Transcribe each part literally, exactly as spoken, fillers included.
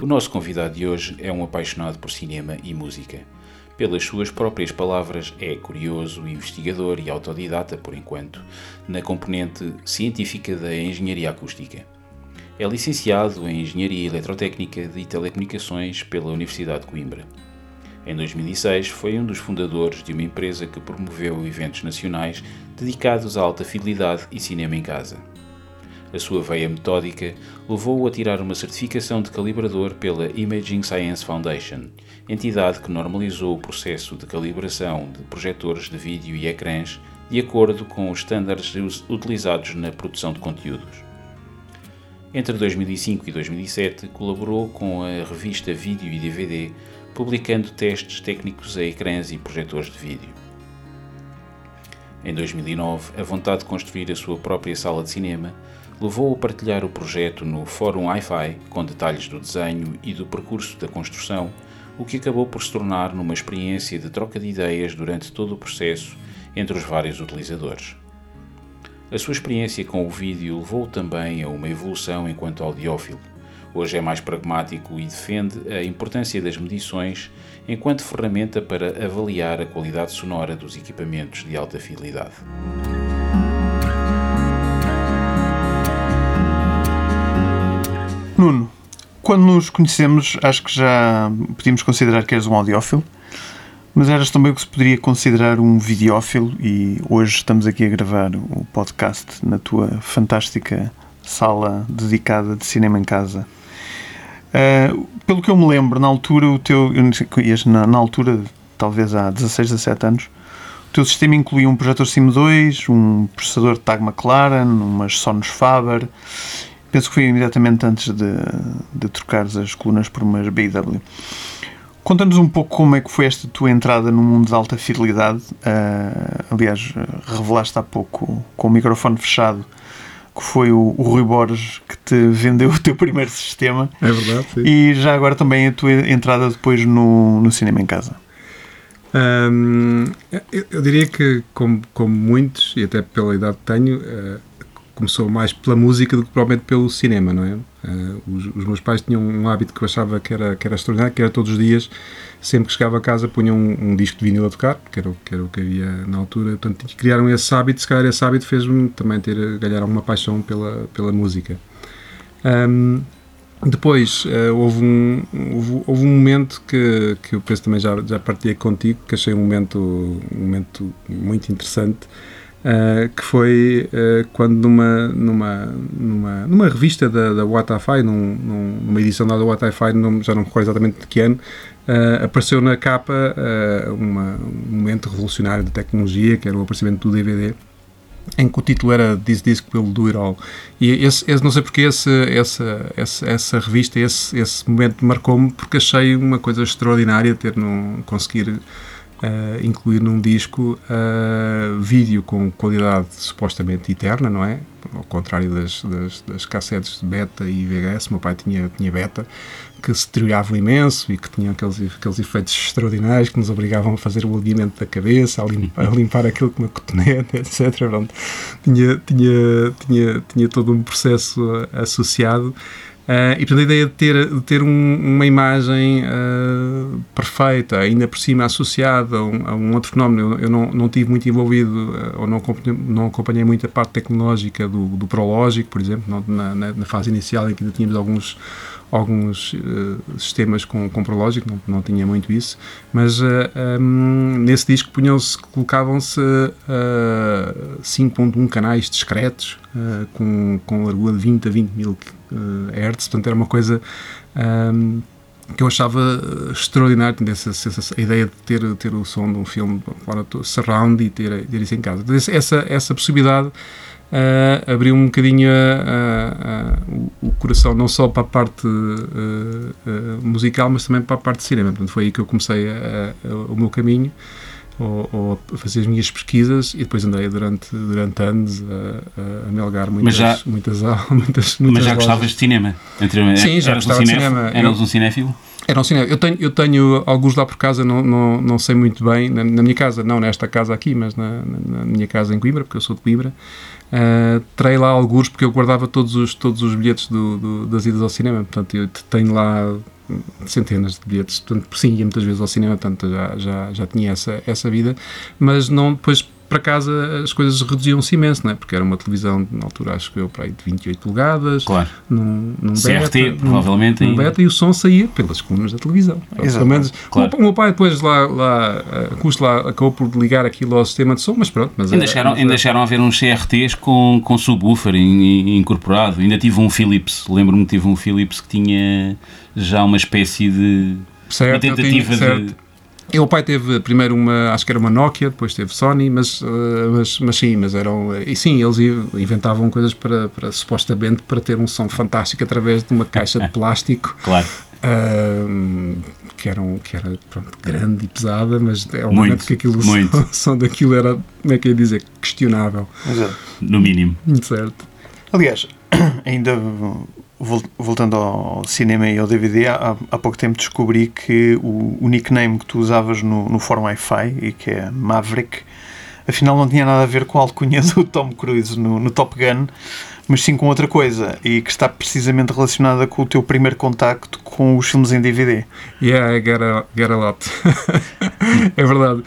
O nosso convidado de hoje é um apaixonado por cinema e música. Pelas suas próprias palavras, é curioso, investigador e autodidata, por enquanto, na componente científica da engenharia acústica. É licenciado em Engenharia Eletrotécnica e Telecomunicações pela Universidade de Coimbra. Em dois mil e seis, foi um dos fundadores de uma empresa que promoveu eventos nacionais dedicados à alta fidelidade e cinema em casa. A sua veia metódica levou-o a tirar uma certificação de calibrador pela Imaging Science Foundation, entidade que normalizou o processo de calibração de projetores de vídeo e ecrãs de acordo com os estándares utilizados na produção de conteúdos. Entre dois mil e cinco e dois mil e sete, colaborou com a revista Vídeo e D V D, publicando testes técnicos a ecrãs e projetores de vídeo. Em dois mil e nove, a vontade de construir a sua própria sala de cinema levou-o a partilhar o projeto no Fórum Hi-Fi, com detalhes do desenho e do percurso da construção, o que acabou por se tornar numa experiência de troca de ideias durante todo o processo entre os vários utilizadores. A sua experiência com o vídeo levou-o também a uma evolução enquanto audiófilo. Hoje é mais pragmático e defende a importância das medições enquanto ferramenta para avaliar a qualidade sonora dos equipamentos de alta fidelidade. Nuno, quando nos conhecemos, acho que já podíamos considerar que eras um audiófilo, mas eras também o que se poderia considerar um videófilo e hoje estamos aqui a gravar o podcast na tua fantástica sala dedicada de cinema em casa. Uh, pelo que eu me lembro, na altura, o teu, eu não sei, na, na altura, talvez há dezasseis, dezassete anos, o teu sistema incluía um projetor Cine dois, um processador de Tag McLaren, umas Sonos Faber. Penso que foi imediatamente antes de, de trocares as colunas por umas B I W. Conta-nos um pouco como é que foi esta tua entrada no mundo de alta fidelidade. Uh, aliás, revelaste há pouco, com o microfone fechado, que foi o, o Rui Borges que te vendeu o teu primeiro sistema. É verdade, sim. E já agora também a tua entrada depois no, no cinema em casa. Um, eu, eu diria que, como, como muitos, e até pela idade que tenho, uh, começou mais pela música do que provavelmente pelo cinema, não é? Uh, os, os meus pais tinham um hábito que eu achava que era, que era extraordinário, que era todos os dias, sempre que chegava a casa, punham um, um disco de vinil a tocar, que era, o, que era o que havia na altura. Portanto, criaram esse hábito, se calhar esse hábito fez-me também ter, ganhar alguma paixão pela, pela música. Um, depois, uh, houve, um, houve, houve um momento que, que eu penso também já, já partilhei contigo, que achei um momento, um momento muito interessante, Uh, que foi uh, quando numa, numa, numa, numa revista da, da What Hi-Fi, num, num, numa edição da What Hi-Fi, não, já não me recordo exatamente de que ano, uh, apareceu na capa uh, uma, um momento revolucionário de tecnologia, que era o aparecimento do D V D, em que o título era This Disc Will Do It All. E esse, esse, não sei porque esse, essa, essa, essa revista, esse, esse momento marcou-me, porque achei uma coisa extraordinária ter no, conseguir Uh, incluir num disco uh, vídeo com qualidade supostamente eterna, não é? Ao contrário das, das, das cassetes de beta e V H S, meu pai tinha, tinha beta, que se deterioravam imenso e que tinham aqueles, aqueles efeitos extraordinários que nos obrigavam a fazer o alinhamento da cabeça, a limpar, a limpar aquilo com uma cotonete, etcétera. Pronto. Tinha, tinha, tinha, tinha todo um processo associado. Uh, e portanto a ideia de ter, de ter um, uma imagem uh, perfeita, ainda por cima associada a um, a um outro fenómeno, eu, eu não, não tive muito envolvido uh, ou não acompanhei, não acompanhei muito a parte tecnológica do, do Prologic, por exemplo, não, na, na, na fase inicial em que ainda tínhamos alguns, alguns uh, sistemas com, com Prologic, não, não tinha muito isso, mas uh, um, nesse disco punham-se, colocavam-se uh, cinco ponto um canais discretos uh, com, com largura de vinte a vinte mil Uh, hertz, portanto era uma coisa um, que eu achava extraordinário, essa, essa, a ideia de ter, ter o som de um filme fora surround e ter, ter isso em casa. Então, essa, essa possibilidade uh, abriu um bocadinho uh, uh, o, o coração, não só para a parte uh, uh, musical, mas também para a parte de cinema. Portanto, foi aí que eu comecei a, a, o meu caminho, ou, ou a fazer as minhas pesquisas, e depois andei durante, durante anos a, a melgar muitas, já, muitas, muitas, muitas Mas já lojas. Gostavas de cinema? Entre, Sim, já gostava um de cinema. Eras um cinéfilo? Era um cinema. Eu tenho, eu tenho alguns lá por casa, não, não, não sei muito bem, na, na minha casa, não nesta casa aqui, mas na, na, na minha casa em Coimbra, porque eu sou de Coimbra. Uh, terei lá alguns, porque eu guardava todos os, todos os bilhetes do, do, das idas ao cinema, portanto eu tenho lá centenas de bilhetes, portanto, sim, ia muitas vezes ao cinema, portanto, já, já, já tinha essa, essa vida, mas não, depois para casa as coisas reduziam-se imenso, não é? Porque era uma televisão, na altura acho que eu, para aí de vinte e oito polegadas, claro. num, num C R T, beta, provavelmente. Num, num beta, e o som saía pelas colunas da televisão. Pelo menos, claro. O meu pai depois lá, lá, custo lá, acabou por ligar aquilo ao sistema de som, mas pronto. Mas ainda, é, chegaram, mas ainda é. chegaram a haver uns C R Ts com, com subwoofer incorporado. Ainda tive um Philips, lembro-me que tive um Philips que tinha já uma espécie de certo, uma tentativa tinha, certo. de... E o pai teve primeiro uma, acho que era uma Nokia, depois teve Sony, mas, uh, mas, mas sim, mas eram, e sim, eles inventavam coisas para, para, supostamente, para ter um som fantástico através de uma caixa de plástico. Claro. Uh, que, eram, que era pronto, grande e pesada, mas é um momento que aquilo, muito. O som daquilo era, como é que eu ia dizer, questionável. Exato. No mínimo. Certo. Aliás, ainda voltando ao cinema e ao D V D, há, há pouco tempo descobri que o, o nickname que tu usavas no, no fórum Wi-Fi, e que é Maverick, afinal não tinha nada a ver com a alcunha do Tom Cruise no, no Top Gun, mas sim com outra coisa, e que está precisamente relacionada com o teu primeiro contacto com os filmes em D V D. Yeah, I get a, get a lot. É verdade.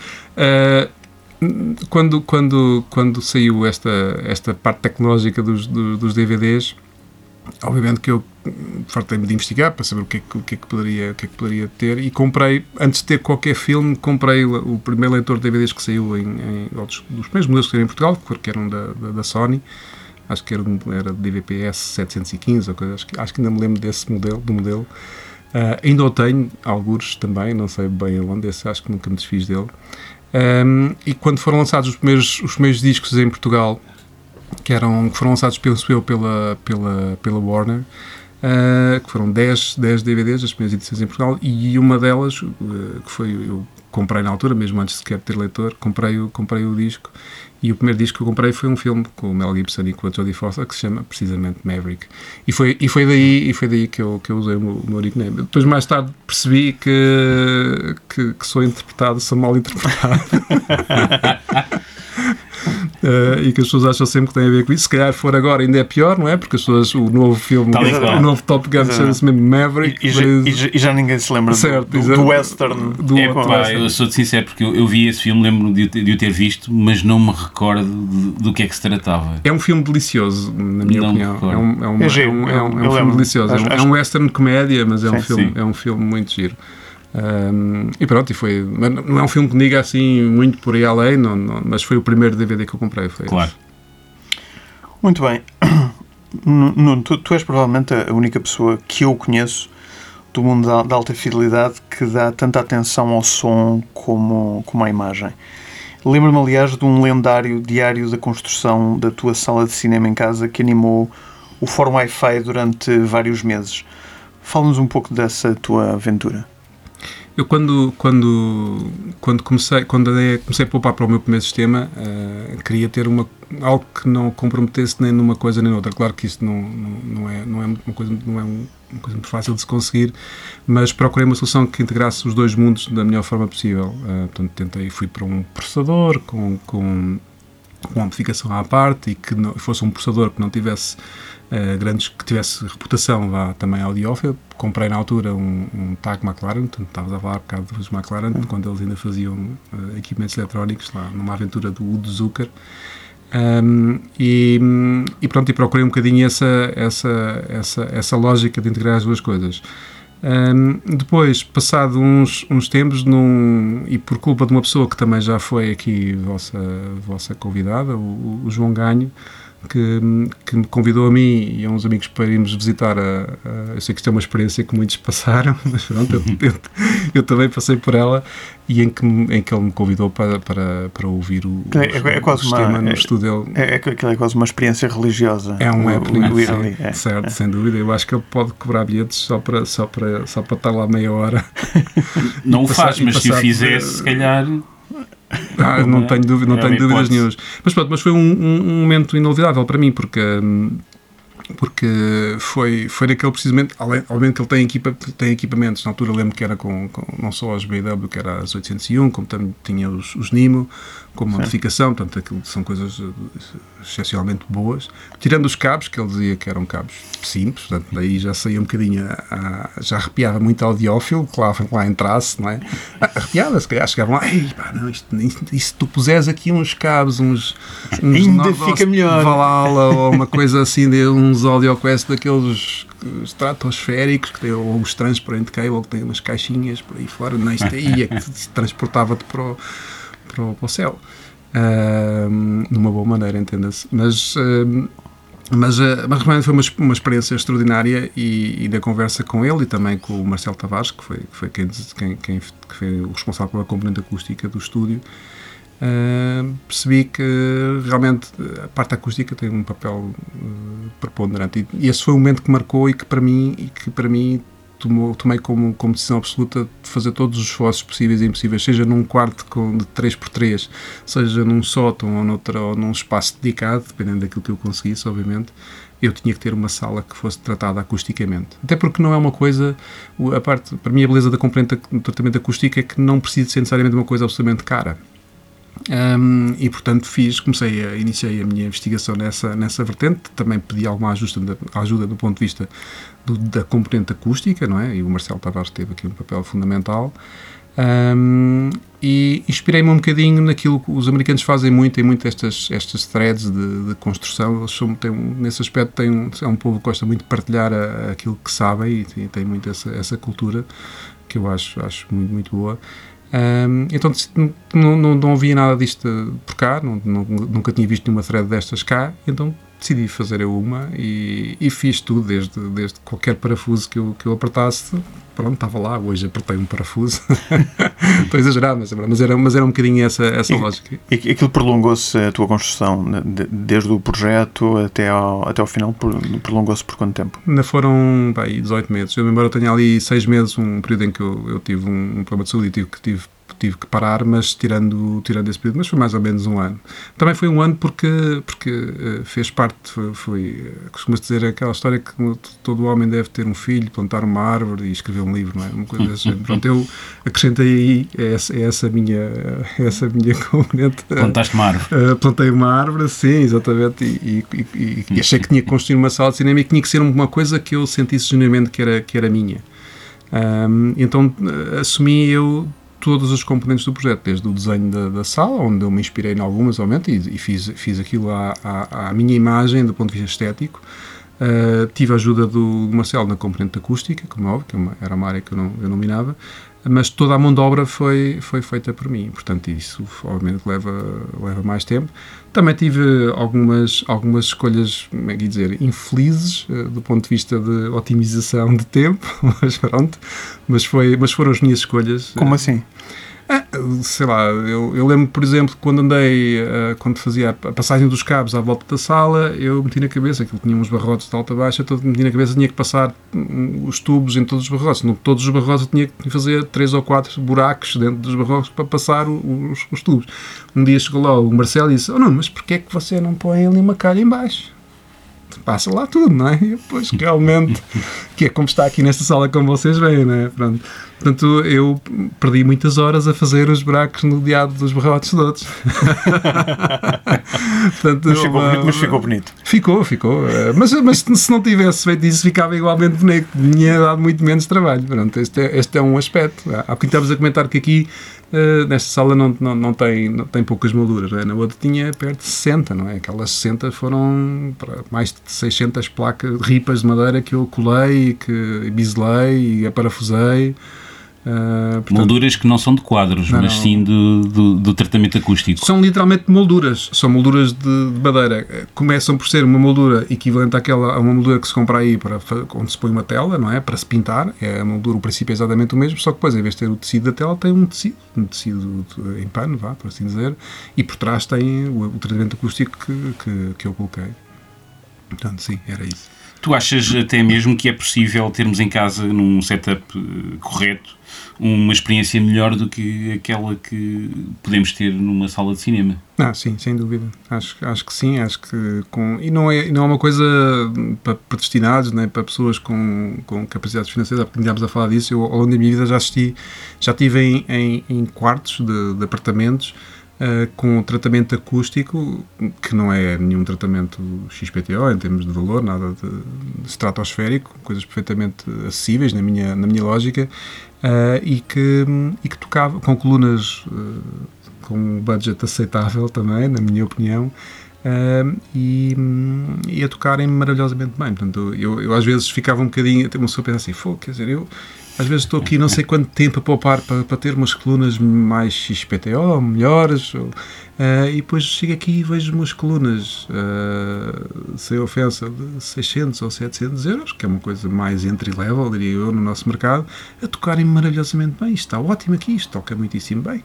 Uh, quando, quando, quando saiu esta, esta parte tecnológica dos, dos, dos D V Ds, obviamente que eu fartei-me de investigar para saber o que é que, o que, é que, poderia, o que, é que poderia ter, e comprei, antes de ter qualquer filme, comprei o, o primeiro leitor de D V Ds que saiu em, em dos, dos primeiros modelos que saíram em Portugal, que eram da, da, da Sony. Acho que era, era D V P S setecentos e quinze ou coisa, acho, que, acho que ainda me lembro desse modelo, do modelo. Uh, ainda o tenho, algures também, não sei bem aonde, esse acho que nunca me desfiz dele. Um, e quando foram lançados os primeiros, os primeiros discos em Portugal, que, eram, que foram lançados, penso eu, pela, pela, pela Warner, uh, que foram dez, dez D V Ds, as primeiras edições em Portugal, e uma delas, uh, que foi, eu comprei na altura, mesmo antes sequer de ter leitor, comprei, comprei o disco, e o primeiro disco que eu comprei foi um filme com o Mel Gibson e com a Jodie Foster, que se chama precisamente Maverick, e foi, e foi daí, e foi daí que, eu, que eu usei o meu, o meu nickname. Depois, mais tarde, percebi que, que, que sou interpretado, sou mal interpretado. Uh, e que as pessoas acham sempre que tem a ver com isso. Se calhar for agora ainda é pior, não é? Porque as pessoas, o novo filme, tá o, o novo Top Gun chama-se mesmo Maverick, e, e, mas... e, já, e já ninguém se lembra certo, do, do, do western. Do é, pá, eu sou-te sincero, porque eu, eu vi esse filme, lembro-me de, de o ter visto, mas não me recordo de, do que é que se tratava. É um filme delicioso, na minha não opinião. É um, é um, é giro, é um, é um, é um filme delicioso. Acho, é, um, acho... é um western de comédia, mas é, sim, um filme, é um filme muito giro. Um, e pronto, e foi, não é um filme que me diga assim muito por aí além, não, não, mas foi o primeiro D V D que eu comprei. Foi claro. Esse. Muito bem. Nuno, tu, tu és provavelmente a única pessoa que eu conheço do mundo da, da alta fidelidade que dá tanta atenção ao som como, como à imagem. Lembro-me, aliás, de um lendário diário da construção da tua sala de cinema em casa que animou o fórum Wi-Fi durante vários meses. Fala-nos um pouco dessa tua aventura. Eu quando, quando, quando, comecei, quando comecei a poupar para o meu primeiro sistema, uh, queria ter uma, algo que não comprometesse nem numa coisa nem noutra. Claro que isto não, não, não, é, não, é, uma coisa, não é uma coisa muito fácil de se conseguir, mas procurei uma solução que integrasse os dois mundos da melhor forma possível. Uh, portanto, tentei, fui para um processador com, com, com amplificação à parte e que não, fosse um processador que não tivesse Uh, grandes, que tivesse reputação lá também audiófila. Comprei na altura um, um T A G McLaren, portanto estavas a falar um bocado dos McLaren, uhum. quando eles ainda faziam uh, equipamentos eletrónicos lá numa aventura do Udo Zucker, um, e, e pronto, e procurei um bocadinho essa, essa, essa, essa lógica de integrar as duas coisas. Um, depois, passado uns, uns tempos, num, e por culpa de uma pessoa que também já foi aqui vossa, vossa convidada, o, o João Ganho, Que, que me convidou a mim e a uns amigos para irmos visitar a, a, eu sei que isto é uma experiência que muitos passaram, mas pronto, eu, eu, eu também passei por ela, e em que, em que ele me convidou para, para, para ouvir o, é, é, é quase o sistema uma, no é, estúdio dele. É, é, é quase uma experiência religiosa. É um happening, o, o, é, certo, é. Sem dúvida. Eu acho que ele pode cobrar bilhetes só para, só para, só para estar lá meia hora. Não o faz, mas se o fizesse, se calhar... Ah, não tenho, dúvida, não tenho dúvidas nenhumas. Mas pronto, mas foi um, um, um momento inolvidável para mim, porque hum, porque foi, foi naquele precisamente, além, além que ele tem, equipa, tem equipamentos, na altura lembro que era com, com não só as B W, que era as oitocentos e um, como também tinha os, os Nimo, com modificação, portanto aquilo são coisas excepcionalmente boas, tirando os cabos, que ele dizia que eram cabos simples, portanto daí já saía um bocadinho, a, a, já arrepiava muito audiófilo, que lá, lá entrasse, não é? Ah, arrepiava, se calhar chegavam lá, ei, pá, não, isto, isto, e se tu puseres aqui uns cabos, uns, uns ainda fica melhor, Valhalla, ou uma coisa assim, de uns AudioQuest daqueles estratosféricos, que tem, ou os Transparent Cable, que tem umas caixinhas por aí fora, não, isto aí é que transportava-te para o, para o, para o céu. Uh, numa boa maneira, entenda-se. Mas, uh, mas, uh, mas realmente foi uma, uma experiência extraordinária e, e na conversa com ele e também com o Marcelo Tavares, que foi, que foi quem, quem, quem que foi o responsável pela componente acústica do estúdio, uh, percebi que realmente a parte acústica tem um papel uh, preponderante e, e esse foi o momento que marcou e que para mim, e que para mim Tomou, tomei como, como decisão absoluta de fazer todos os esforços possíveis e impossíveis, seja num quarto com, de três por três, seja num sótão ou, noutra, ou num espaço dedicado, dependendo daquilo que eu conseguisse, obviamente, eu tinha que ter uma sala que fosse tratada acusticamente. Até porque não é uma coisa, a parte, para mim a beleza da componente do tratamento acústico é que não precisa ser necessariamente uma coisa absolutamente cara. Um, e portanto fiz, comecei a, iniciei a minha investigação nessa, nessa vertente, também pedi alguma ajuda, ajuda do ponto de vista do, da componente acústica, não é? E o Marcelo Tavares teve aqui um papel fundamental, um, e inspirei-me um bocadinho naquilo que os americanos fazem muito, tem muito estas, estas threads de, de construção, eles são, têm, nesse aspecto têm um, é um povo que gosta muito de partilhar a, a aquilo que sabem e tem, tem muito essa, essa cultura que eu acho, acho muito, muito boa. Um, então não, não, não havia nada disto por cá, não, não, nunca tinha visto nenhuma thread destas cá, então decidi fazer eu uma e, e fiz tudo, desde, desde qualquer parafuso que eu, que eu apertasse, pronto, estava lá, hoje apertei um parafuso, estou a exagerar, mas, mas, era, mas era um bocadinho essa, essa e, lógica. E aquilo prolongou-se, a tua construção, desde o projeto até ao, até ao final, prolongou-se por quanto tempo? Ainda foram, pá, dezoito meses, eu, embora eu tenha ali seis meses, um período em que eu, eu tive um, um problema de saúde e tive que tive tive que parar, mas tirando, tirando esse período, mas foi mais ou menos um ano. Também foi um ano porque, porque uh, fez parte, foi, foi costuma-se dizer aquela história que todo homem deve ter um filho, plantar uma árvore e escrever um livro, não é? Uma coisa assim. Pronto, eu acrescentei aí essa, essa minha, essa minha componente. Plantaste uma árvore. Uh, plantei uma árvore, sim, exatamente, e, e, e, e achei que tinha que construir uma sala de cinema e que tinha que ser uma coisa que eu sentisse genuinamente que era, que era minha. Um, então uh, assumi eu todas as componentes do projeto, desde o desenho da, da sala, onde eu me inspirei em algumas, obviamente, e, e fiz, fiz aquilo à, à, à minha imagem, do ponto de vista estético. Uh, tive a ajuda do, do Marcelo na componente acústica, como é óbvio, que é uma, era uma área que eu não, eu não dominava, mas toda a mão de obra foi, foi feita por mim, portanto isso obviamente leva, leva mais tempo. Também tive algumas, algumas escolhas, como é que dizer, infelizes, uh, do ponto de vista de otimização de tempo, mas pronto, mas, foi, mas foram as minhas escolhas. Como assim? Ah, sei lá, eu, eu lembro, por exemplo, quando andei, uh, quando fazia a passagem dos cabos à volta da sala, eu meti na cabeça, aquilo tinha uns barrotes de alta a baixa, todo meti na cabeça, tinha que passar um, os tubos em todos os barrotes. Não todos os barrotes eu tinha que fazer três ou quatro buracos dentro dos barrotes para passar o, os, os tubos. Um dia chegou lá o Marcelo e disse, oh não, mas porquê é que você não põe ali uma calha em baixo? Passa lá tudo, não é? E depois realmente, que é como está aqui nesta sala como vocês veem, não é? Pronto. Portanto, eu perdi muitas horas a fazer os buracos no diabo dos barrotes todos. Portanto, mas, ficou uma, bonito, mas ficou bonito. Ficou, ficou. Mas, mas se não tivesse feito isso, ficava igualmente bonito. Tinha dado muito menos trabalho. Pronto, este, é, este é um aspecto. Há bocadinho estavas a comentar que aqui, uh, nesta sala, não, não, não, tem, não tem poucas molduras. Não é? Na outra tinha perto de sessenta, não é? Aquelas sessenta foram para mais de seiscentas placas, ripas de madeira que eu colei, que biselei e aparafusei. Uh, portanto, molduras que não são de quadros, não, mas não. sim do, do, do tratamento acústico. São literalmente molduras, são molduras de, de madeira. Começam por ser uma moldura equivalente àquela, a uma moldura que se compra aí para, onde se põe uma tela, não é? Para se pintar. É a moldura, o princípio é exatamente o mesmo, só que depois, em vez de ter o tecido da tela, tem um tecido, um tecido em pano, vá, por assim dizer, e por trás tem o, o tratamento acústico que, que, que eu coloquei. Portanto, sim, era isso. Tu achas até mesmo que é possível termos em casa, num setup correto, uma experiência melhor do que aquela que podemos ter numa sala de cinema? Ah, sim, sem dúvida. Acho, acho que sim, acho que com... E não é, não é uma coisa para predestinados, nem para pessoas com, com capacidades financeiras, porque estávamos a falar disso. Eu, ao longo da minha vida, já assisti, já estive em, em, em quartos de, de apartamentos uh, com tratamento acústico, que não é nenhum tratamento X P T O em termos de valor, nada de, de estratosférico, coisas perfeitamente acessíveis na minha, na minha lógica, uh, e, que, e que tocava com colunas... Uh, com um budget aceitável também, na minha opinião, uh, e, e a tocarem maravilhosamente bem. Portanto, eu, eu às vezes ficava um bocadinho, até uma pessoa pensa assim, Fô, quer dizer, eu às vezes estou aqui não sei quanto tempo a poupar para, para ter umas colunas mais X P T O, melhores, ou, uh, e depois chego aqui e vejo umas colunas, uh, sem ofensa, de seiscentos ou setecentos euros, que é uma coisa mais entry-level, diria eu, no nosso mercado, a tocarem maravilhosamente bem. Isto está ótimo aqui, isto toca muitíssimo bem.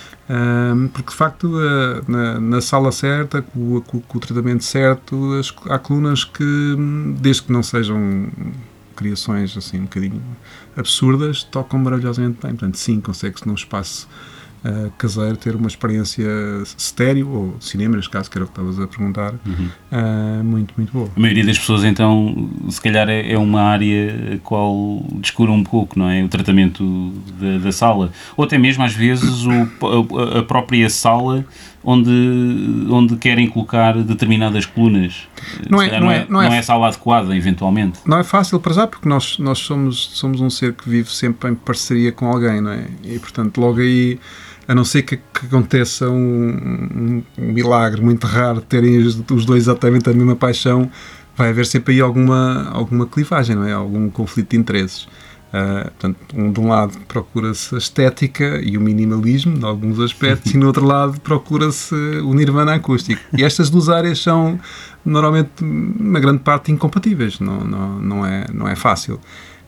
Um, porque de facto uh, na, na sala certa, com, com, com o tratamento certo, as, há colunas que, desde que não sejam criações assim um bocadinho absurdas, tocam maravilhosamente bem. Portanto, sim, consegue-se num espaço uh, caseiro ter uma experiência estéreo, ou cinema, neste caso, que era o que estavas a perguntar, uhum. uh, muito, muito boa. A maioria das pessoas, então, se calhar é, é uma área a qual descura um pouco, não é? O tratamento da, da sala. Ou até mesmo, às vezes, o, a, a própria sala onde, onde querem colocar determinadas colunas. Não é, não, não, é, é, não, é, não é a sala adequada, eventualmente. Não é fácil para já, porque nós, nós somos, somos um ser que vive sempre em parceria com alguém, não é? E, portanto, logo aí, a não ser que, que aconteça um, um, um milagre muito raro de terem os, os dois exatamente a mesma paixão, vai haver sempre aí alguma, alguma clivagem, não é? Algum conflito de interesses. Uh, portanto, um, de um lado procura-se a estética e o minimalismo, em alguns aspectos, e no outro lado procura-se o nirvana acústico. E estas duas áreas são, normalmente, uma grande parte incompatíveis, não, não, não, é, não é fácil.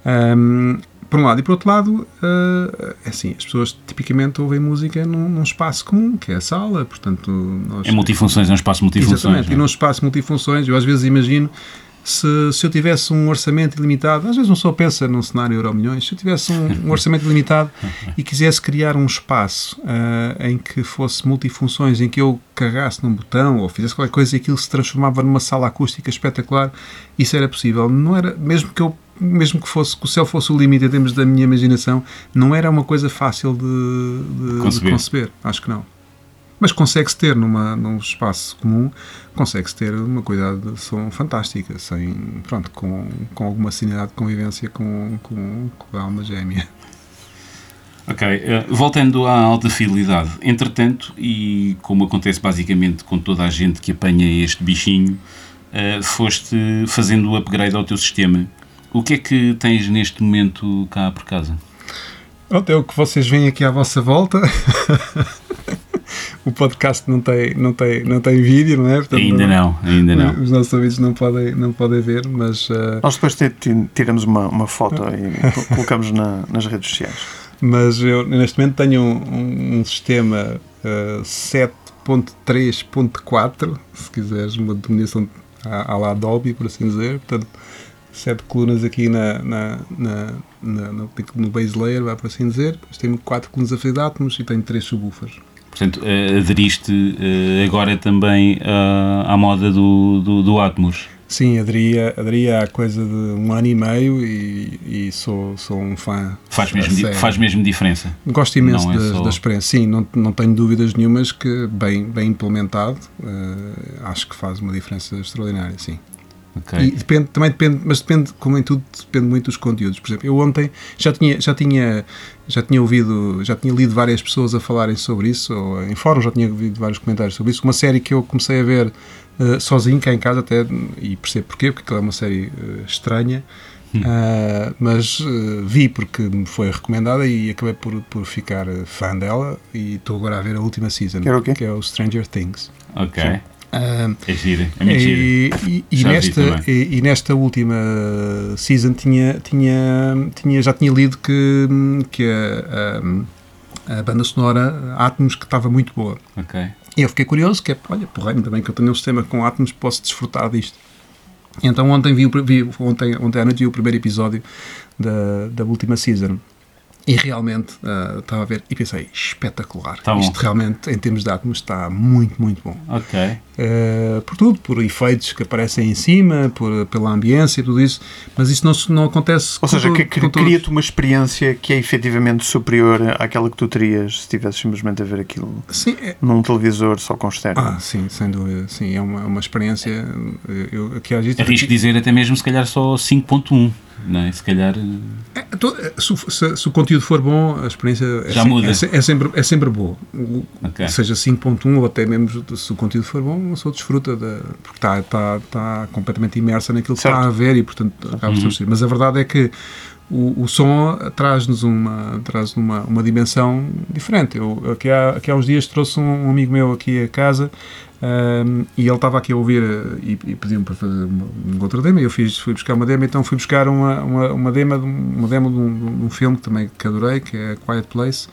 Um, por um lado, e por outro lado, uh, é assim, as pessoas tipicamente ouvem música num, num espaço comum, que é a sala, portanto... Nós... É multifunções, é um espaço multifunções. Exatamente, e num espaço multifunções, eu às vezes imagino, se, se eu tivesse um orçamento ilimitado, às vezes uma pessoa pensa num cenário Euromilhões, se eu tivesse um, um orçamento ilimitado e quisesse criar um espaço uh, em que fosse multifunções, em que eu carregasse num botão ou fizesse qualquer coisa e aquilo se transformava numa sala acústica espetacular, isso era possível. Não era, mesmo que eu mesmo que, fosse, que o céu fosse o limite em termos da minha imaginação, não era uma coisa fácil de, de, conceber. de conceber. Acho que não. Mas consegue-se ter numa, num espaço comum, consegue-se ter uma qualidade de som fantástica, sem, pronto, com, com alguma sanidade de convivência com, com, com a alma gêmea. Ok, uh, voltando à alta fidelidade, entretanto, e como acontece basicamente com toda a gente que apanha este bichinho, uh, foste fazendo o upgrade ao teu sistema. O que é que tens neste momento cá por casa? É o que vocês veem aqui à vossa volta. O podcast não tem, não tem, não tem vídeo, não é? Portanto, ainda não, ainda não. Os nossos ouvintes não podem, não podem ver, mas... Uh... Nós depois tiramos uma, uma foto e colocamos na, nas redes sociais. Mas eu, neste momento, tenho um, um sistema uh, sete ponto três ponto quatro, se quiseres, uma denominação à, à la Dolby, por assim dizer. Portanto, sete colunas aqui na, na, na, na, no, no base layer, vai por assim dizer. Depois tenho quatro colunas a fazer Atmos e tenho três subwoofers. Portanto, aderiste uh, agora também uh, à moda do, do, do Atmos? Sim, aderi, aderi há coisa de um ano e meio e, e sou, sou um fã. Faz mesmo, faz mesmo diferença? Gosto imenso é da, só... da experiência. Sim, não, não tenho dúvidas nenhumas que, bem, bem implementado, uh, acho que faz uma diferença extraordinária, sim. Okay. E depende, também depende, mas depende, como em tudo, depende muito dos conteúdos. Por exemplo, eu ontem já tinha, já tinha, já tinha ouvido, já tinha lido várias pessoas a falarem sobre isso, ou em fóruns já tinha ouvido vários comentários sobre isso. Uma série que eu comecei a ver uh, sozinho, cá em casa até, e percebo porquê, porque ela é uma série uh, estranha, hum. uh, mas uh, vi porque me foi recomendada e acabei por, por ficar fã dela e estou agora a ver a última season, que, okay. que é o Stranger Things. Ok. Sim. Uh, é giro, é muito giro. E, e, e, nesta, e, e nesta última season tinha, tinha, tinha, já tinha lido que, que a, a, a banda sonora Atmos que estava muito boa. Okay. E eu fiquei curioso, que é, olha, porra, ainda bem que eu tenho um sistema com Atmos, posso desfrutar disto. Então ontem, vi, vi, ontem, ontem à noite vi o primeiro episódio da, da última season. E realmente uh, estava a ver e pensei, espetacular. Tá Isto realmente, em termos de átomos, está muito, muito bom. Ok. Uh, por tudo, por efeitos que aparecem em cima, por, pela ambiência e tudo isso, mas isso não, não acontece. Ou seja, todo, que, que, cria-te uma experiência que é efetivamente superior àquela que tu terias se estivesse simplesmente a ver aquilo sim, é... num televisor só com externo. Ah, sim, sem dúvida. Sim, é uma, uma experiência. Eu, aqui, às Arrisco dizer até mesmo, se calhar, só cinco ponto um. Não é? Se calhar. É, tô, se, se, se o conteúdo for bom, a experiência já é, muda. É, é, sempre, é sempre boa. Okay. Seja cinco ponto um ou até mesmo se o conteúdo for bom, uma pessoa desfruta da, porque está, está, está completamente imersa naquilo que certo. Está a ver e, portanto, acaba por surgir. Mas a verdade é que o, o som traz-nos uma, traz uma, uma dimensão diferente. Eu, aqui, há, aqui há uns dias trouxe um, um amigo meu aqui a casa. Um, e ele estava aqui a ouvir uh, e, e pediu-me para fazer uma, uma outra demo e eu fiz, fui buscar uma demo, então fui buscar uma, uma, uma demo, uma demo de, um, de um filme que também que adorei, que é Quiet Place.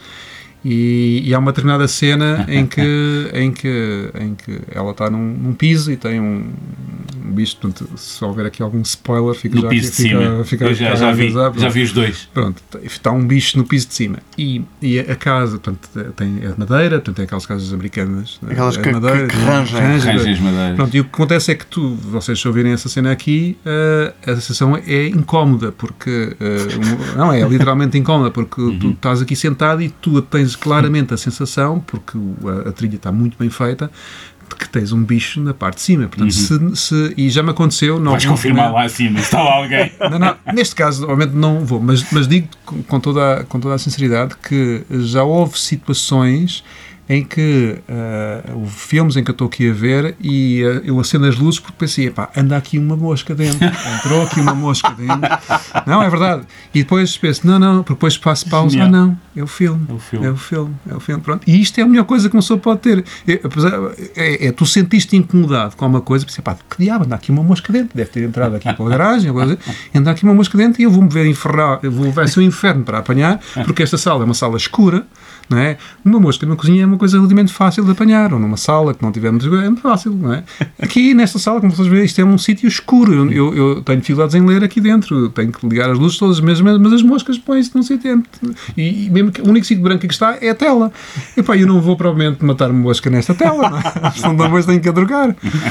E, e há uma determinada cena em que, em que, em que ela está num, num piso e tem um, um bicho, portanto, se houver aqui algum spoiler, fica no já piso aqui, de fica, cima. Fica, eu já, já, vi, já vi os dois. Pronto, está um bicho no piso de cima e, e a casa, portanto, tem a madeira, portanto, tem aquelas casas americanas, aquelas que, madeira, que, que rangem, rangem as madeiras. Pronto, e o que acontece é que tu, vocês se ouvirem essa cena aqui, uh, a sensação é incómoda, porque uh, um, não, é literalmente incómoda, porque uhum. tu estás aqui sentado e tu tens claramente a sensação sensação, porque a, a trilha está muito bem feita, de que tens um bicho na parte de cima. Portanto, uhum. se, se, e já me aconteceu... Não, vais confirmar não, lá acima, está lá alguém. Não, não, neste caso, obviamente, não vou, mas, mas digo com, com, toda a, com toda a sinceridade que já houve situações em que uh, houve filmes em que eu estou aqui a ver e uh, eu acendo as luzes porque pensei, pá, anda aqui uma mosca dentro, entrou aqui uma mosca dentro. Não, é verdade. E depois penso, não, não, porque depois passo pausa, ah, não, é o filme, é o filme, é o filme, é o filme, pronto. E isto é a melhor coisa que uma pessoa pode ter. É, é, é tu sentiste incomodado com uma coisa, pensei, pá, que diabo, anda aqui uma mosca dentro, deve ter entrado aqui pela garagem, coisa, anda aqui uma mosca dentro e eu vou-me ver enferrar, eu vou ver se um inferno para apanhar, porque esta sala é uma sala escura, não é? Uma mosca numa cozinha é uma coisa relativamente fácil de apanhar, ou numa sala que não tivermos, é muito fácil, não é? Aqui nesta sala, como vocês veem, isto é um sítio escuro, eu, eu, eu tenho dificuldades em ler aqui dentro, tenho que ligar as luzes todas, mas, mas as moscas põem-se num sítio, e, e mesmo que o único sítio branco que está é a tela, e pá, eu não vou provavelmente matar uma mosca nesta tela, não é? Senão depois tenho que a drogar.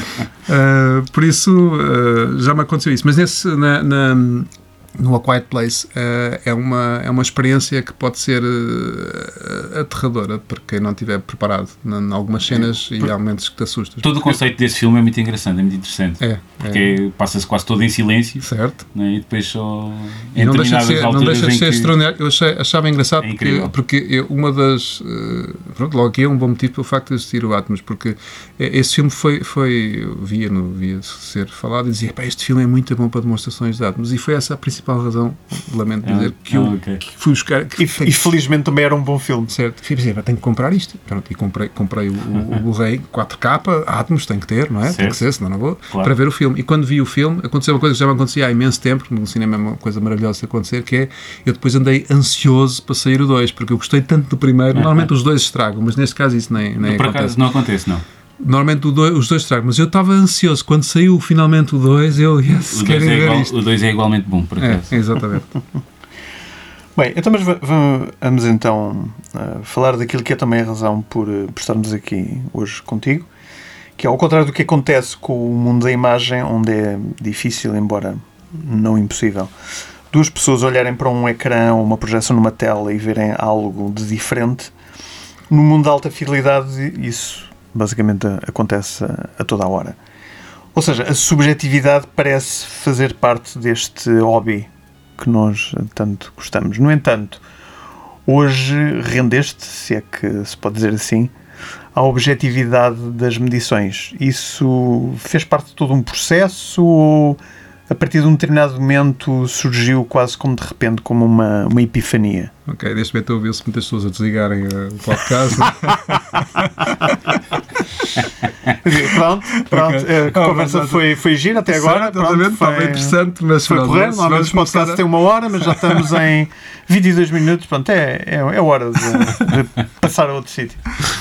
Uh, por isso, uh, já me aconteceu isso, mas nesse, na, na no A Quiet Place uh, é, uma, é uma experiência que pode ser uh, aterradora para quem não estiver preparado em algumas cenas e há momentos que te assustas. Todo o conceito desse filme é muito engraçante, é muito interessante. É, porque é. passa-se quase todo em silêncio. Certo. Né? E depois só... E não deixa de ser, não deixa de ser que... extraordinário. Eu achei, achava engraçado é porque, porque eu, uma das... Uh, pronto, logo aqui é um bom motivo pelo facto de assistir o Atmos, porque esse filme foi... foi eu via, no, via ser falado e dizia, pá, este filme é muito bom para demonstrações de Atmos. E foi essa a principal razão, lamento dizer, ah, que eu ah, okay. que fui buscar. Que, e, e felizmente também era um bom filme. Certo. Fui dizer, tenho que comprar isto. Pronto, e comprei, comprei o, o, o Blu-ray quatro K, Atmos, tem que ter, não é? Certo. Tem que ser, senão não vou, claro. Para ver o filme. E quando vi o filme, aconteceu uma coisa que já me acontecia há imenso tempo, no cinema é uma coisa maravilhosa de acontecer, que é, eu depois andei ansioso para sair o dois, porque eu gostei tanto do primeiro, normalmente os dois estragam, mas neste caso isso nem, nem por acontece. Acaso não acontece, não. Normalmente o dois, os dois estragam, mas eu estava ansioso. Quando saiu finalmente o dois, eu yes, o quero dois é ver igual, isto. O dois é igualmente bom, por acaso. É, exatamente. Bem, então mas vamos então uh, falar daquilo que é também a razão por, uh, por estarmos aqui hoje contigo, que é ao contrário do que acontece com o mundo da imagem, onde é difícil, embora não impossível, duas pessoas olharem para um ecrã ou uma projeção numa tela e verem algo de diferente. No mundo da alta fidelidade isso basicamente acontece a, a toda a hora. Ou seja, a subjetividade parece fazer parte deste hobby que nós tanto gostamos. No entanto, hoje rendeste, se é que se pode dizer assim, à objetividade das medições. Isso fez parte de todo um processo ou a partir de um determinado momento surgiu quase como de repente, como uma, uma epifania? Ok, neste momento ouviu-se muitas pessoas a desligarem uh, o podcast. Pronto, pronto. Okay. A oh, conversa mas, foi, foi gira até agora. Pronto, foi, estava interessante, mas foi correr. Normalmente os podcasts têm uma hora, mas já estamos em vinte e dois minutos. Pronto, é, é, é hora de, de passar a outro sítio.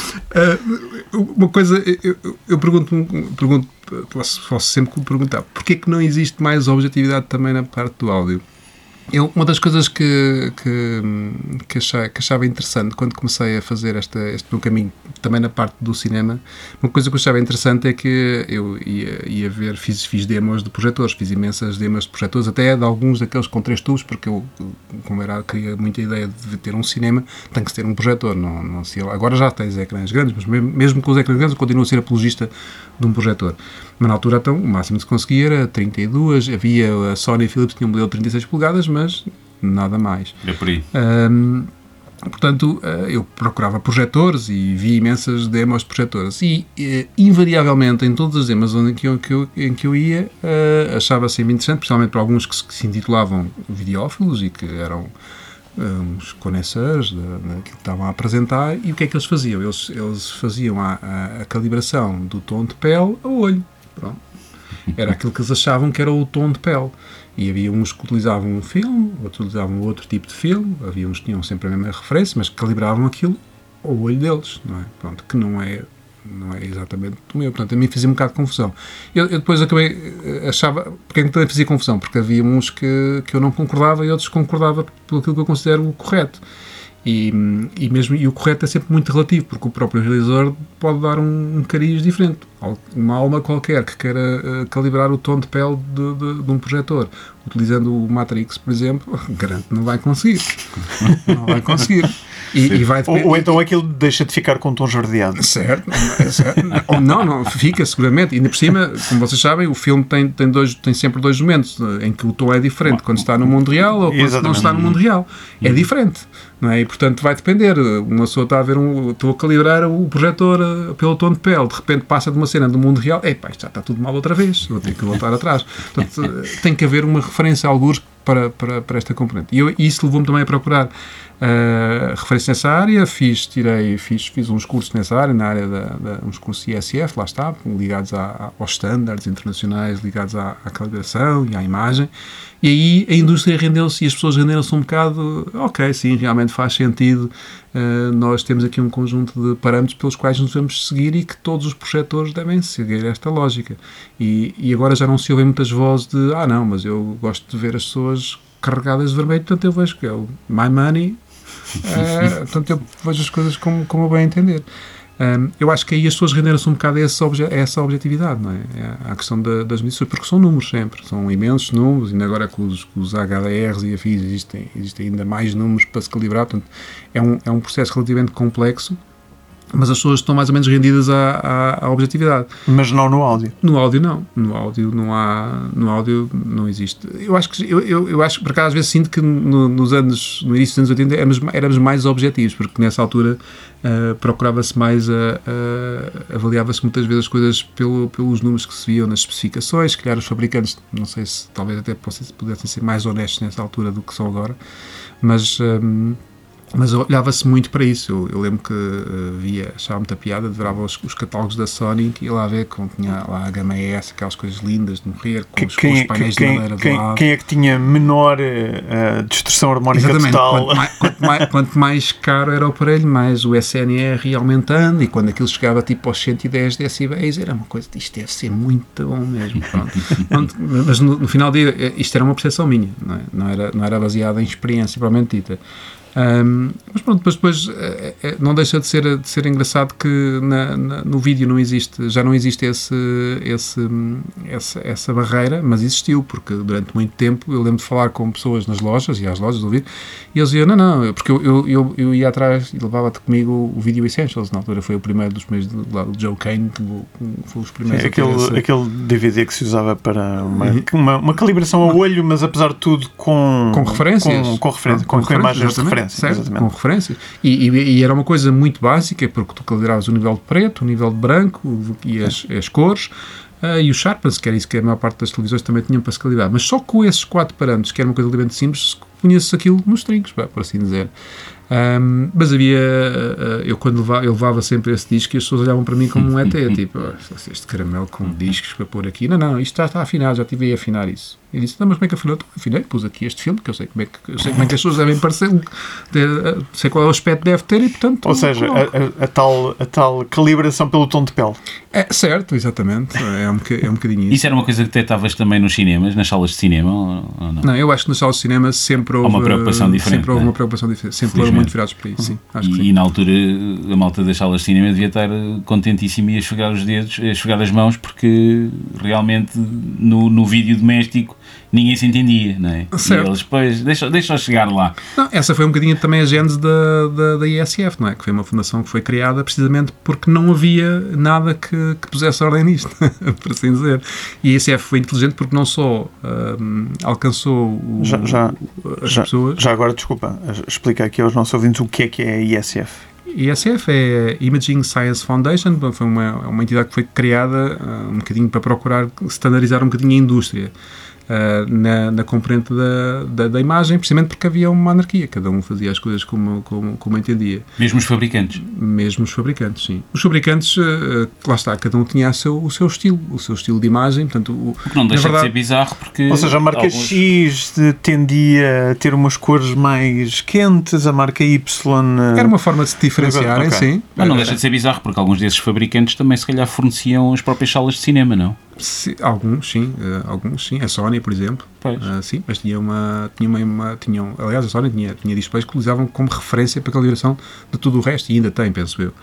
Uh, uma coisa, eu, eu, eu pergunto, pergunto posso, posso sempre perguntar, porquê é que não existe mais objetividade também na parte do áudio? Eu, uma das coisas que, que, que, achava, que achava interessante quando comecei a fazer esta, este meu caminho, também na parte do cinema, uma coisa que eu achava interessante é que eu ia, ia ver, fiz, fiz demos de projetores, fiz imensas demos de projetores, até de alguns daqueles com três tubos, porque eu, como era, queria muita ideia de ter um cinema, tem que ter um projetor. Não, não se, agora já tens ecrãs grandes, mas mesmo, mesmo com os ecrãs grandes eu continuo a ser apologista de um projetor. Mas na altura, então, o máximo que se conseguia era trinta e dois, havia a Sony e a Philips tinha um modelo de trinta e seis polegadas, mas nada mais. É por aí. Um, portanto, eu procurava projetores e vi imensas demos de projetores e, invariavelmente, em todas as demos em que eu, que eu, em que eu ia, uh, achava sempre interessante, principalmente para alguns que se, que se intitulavam videófilos e que eram uns conhecedores daquilo que estavam a apresentar. E o que é que eles faziam? Eles, eles faziam a, a, a calibração do tom de pele a olho. Pronto. Era aquilo que eles achavam que era o tom de pele. E havia uns que utilizavam um filme, outros utilizavam outro tipo de filme, havia uns que tinham sempre a mesma referência, mas que calibravam aquilo ao olho deles, não é? Pronto, que não é, não é exatamente o meu. Portanto, a mim fazia um bocado de confusão. Eu, eu depois acabei, achava, porque é que também fazia confusão? Porque havia uns que, que eu não concordava e outros concordava pelo que eu considero o correto. E, e, mesmo, e o correto é sempre muito relativo, porque o próprio realizador pode dar um, um cariz diferente. Uma alma qualquer que queira uh, calibrar o tom de pele de, de, de um projetor, utilizando o Matrix, por exemplo, garanto que não vai conseguir. Não vai conseguir. E, e vai ou, ou então aquilo deixa de ficar com um tom jardeado. Certo. certo. Ou não, não, fica seguramente. E ainda por cima, como vocês sabem, o filme tem, tem, dois, tem sempre dois momentos em que o tom é diferente, quando está no mundo real ou quando Exatamente. Não está no mundo real. É diferente. Não é? E, portanto, vai depender. Uma pessoa está a ver um... Estou a calibrar o projetor uh, pelo tom de pele. De repente passa de uma cena do mundo real. Epá, isto já está tudo mal outra vez. Vou ter que voltar atrás. Portanto, uh, tem que haver uma referência a alguns para, para, para esta componente. E eu, isso levou-me também a procurar uh, referência nessa área. Fiz, tirei, fiz, fiz uns cursos nessa área, na área da, da uns cursos I S F, lá está, ligados a, a, aos estándares internacionais, ligados à, à calibração e à imagem. E aí a indústria rendeu-se e as pessoas renderam-se um bocado, ok, sim, realmente faz sentido, uh, nós temos aqui um conjunto de parâmetros pelos quais nos devemos seguir e que todos os projetores devem seguir esta lógica. E, e agora já não se ouvem muitas vozes de, ah não, mas eu gosto de ver as pessoas carregadas de vermelho, portanto eu vejo que é o my money, uh, portanto eu vejo as coisas como, como eu bem entender. Um, eu acho que aí as pessoas renderam-se um bocado a essa, obje- a essa objetividade, não é? É a questão da, das medições, porque são números sempre, são imensos números, ainda agora com os, com os H D Rs e afins existem, existem ainda mais números para se calibrar, portanto é um, é um processo relativamente complexo, mas as pessoas estão mais ou menos rendidas à, à, à objetividade. Mas não no áudio? No áudio não, no áudio não há, no áudio não existe. Eu acho que, eu, eu, eu acho que, por acaso, às vezes sinto que no, nos anos, no início dos anos oitenta éramos, éramos mais objetivos, porque nessa altura uh, procurava-se mais, a, a, avaliava-se muitas vezes as coisas pelo, pelos números que se viam nas especificações, que calhar os fabricantes, não sei se talvez até pudessem ser mais honestos nessa altura do que são agora, mas... Um, Mas olhava-se muito para isso. Eu, eu lembro que uh, via, achava muita piada, devorava os, os catálogos da Sony que ia lá ver, com, tinha lá a gama E S, aquelas coisas lindas de morrer, com, os, com os painéis quem, de madeira quem, de lado. Quem é que tinha menor uh, destruição harmónica Exatamente. total? Quanto mais, quanto, mais, quanto mais caro era o aparelho, mais o S N R ia aumentando, e quando aquilo chegava tipo aos cento e dez decibéis, era uma coisa, isto deve ser muito bom mesmo. Pronto. Pronto, mas no, no final do dia, isto era uma percepção minha, não, é? não, era, não era baseada em experiência propriamente dita. Um, mas pronto, depois, depois é, é, não deixa de ser, de ser engraçado que na, na, no vídeo não existe, já não existe esse, esse, essa, essa barreira, mas existiu, porque durante muito tempo eu lembro de falar com pessoas nas lojas, e às lojas do vídeo, e eles diziam, não, não, porque eu, eu, eu, eu ia atrás e levava-te comigo o Video Essentials, na altura foi o primeiro dos primeiros, do lado do Joe Kane, que foi os primeiros. É, aquele, esse... aquele D V D que se usava para uma, uhum. uma, uma calibração ao olho, mas apesar de tudo com, com referências, com, com, referência, com, com, com imagens de referência. Certo, com referências. E, e, e era uma coisa muito básica, porque tu calibravas o nível de preto, o nível de branco e as, as cores, uh, e o sharpness, que era isso que a maior parte das televisões também tinham para se calibrar. Mas só com esses quatro parâmetros, que era uma coisa relativamente simples, punha-se aquilo nos trincos, pá, por assim dizer. Um, mas havia, uh, eu quando levava, eu levava sempre esse disco e as pessoas olhavam para mim como um E T, tipo, oh, este caramelo com discos para pôr aqui, não, não, isto já está afinado, já tive a afinar isso. E disse, não, mas como é que afinou? Afinei, pus aqui este filme, que eu sei como é que, eu sei como é que as pessoas devem parecer, sei qual é o aspecto que deve ter e, portanto... Ou seja, a, a, a, tal, a tal calibração pelo tom de pele. É, certo, exatamente, é um, é um bocadinho isso. Isso era uma coisa que detectavas também nos cinemas, nas salas de cinema, ou, ou não? Não, eu acho que nas salas de cinema sempre houve... Há uma preocupação diferente. Sempre houve não é? uma preocupação diferente, sempre foram muito virados para isso, sim. Acho e, que sim. e na altura a malta das salas de cinema devia estar contentíssima e a esfregar os dedos, a esfregar as mãos, porque realmente no, no vídeo doméstico ninguém se entendia, não é? Certo. E eles, pois, deixa, deixa chegar lá. Não, essa foi um bocadinho também a gênese da, da, da I S F, não é? Que foi uma fundação que foi criada precisamente porque não havia nada que, que pusesse ordem nisto, por assim dizer. E a I S F foi inteligente porque não só um, alcançou o, já, já, as já, pessoas... Já agora, desculpa, explica aqui aos nossos ouvintes o que é que é a I S F. I S F é a Imaging Science Foundation, foi uma, uma entidade que foi criada uh, um bocadinho para procurar standardizar um bocadinho a indústria. Uh, na, na componente da, da, da imagem, precisamente porque havia uma anarquia, cada um fazia as coisas como, como, como entendia. Mesmo os fabricantes? Mesmo os fabricantes, sim. Os fabricantes, uh, lá está, cada um tinha o seu, o seu estilo, o seu estilo de imagem, portanto... O, o que não deixa verdade, de ser bizarro, porque... Ou seja, a marca alguns... X tendia a ter umas cores mais quentes, a marca Y... Era uma forma de se diferenciarem, okay. Sim. Mas não deixa de ser bizarro, porque alguns desses fabricantes também se calhar forneciam as próprias salas de cinema, não? Sim, alguns, sim, uh, alguns, sim. A Sony, por exemplo, uh, sim, mas tinha uma, tinha uma, uma tinham, aliás, a Sony tinha, tinha displays que usavam como referência para a calibração de tudo o resto, e ainda tem, penso eu.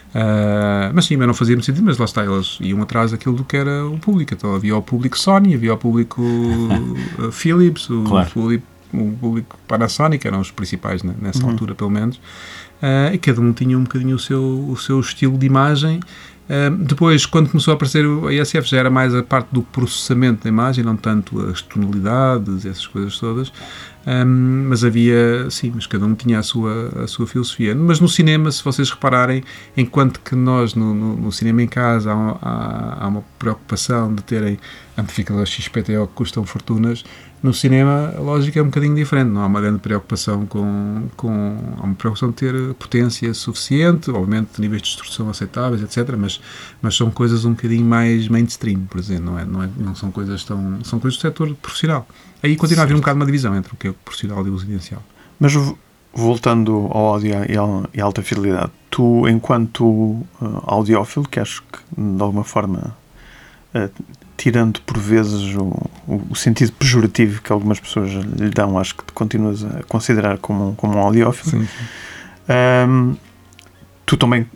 Uh, mas sim, mas não fazia muito sentido, mas lá está, eles iam atrás daquilo do que era o público. Então havia o público Sony, havia o público uh, Philips, o, claro. Philip, o público Panasonic, eram os principais né, nessa uhum. altura, pelo menos, uh, e cada um tinha um bocadinho o seu, o seu estilo de imagem. Uh, depois, quando começou a aparecer a I S F, já era mais a parte do processamento da imagem, não tanto as tonalidades, essas coisas todas, um, mas havia, sim, mas cada um tinha a sua, a sua filosofia. Mas no cinema, se vocês repararem, enquanto que nós no, no, no cinema em casa há, há, há uma preocupação de terem amplificadores X P T O que custam fortunas, no cinema a lógica é um bocadinho diferente, não há uma grande preocupação com, com há uma preocupação de ter potência suficiente, obviamente de níveis de distorção aceitáveis, etcétera, mas, mas são coisas um bocadinho mais mainstream, por exemplo, não, é, não, é, não são coisas tão, são coisas do setor profissional. Aí continua a haver um bocado uma divisão entre o que é profissional e o residencial. Mas voltando ao áudio e à alta fidelidade, tu enquanto uh, audiófilo, que acho que de alguma forma uh, tirando por vezes o, o, o sentido pejorativo que algumas pessoas lhe dão, acho que te continuas a considerar como, como um audiófilo. Sim, sim. Um, tu também,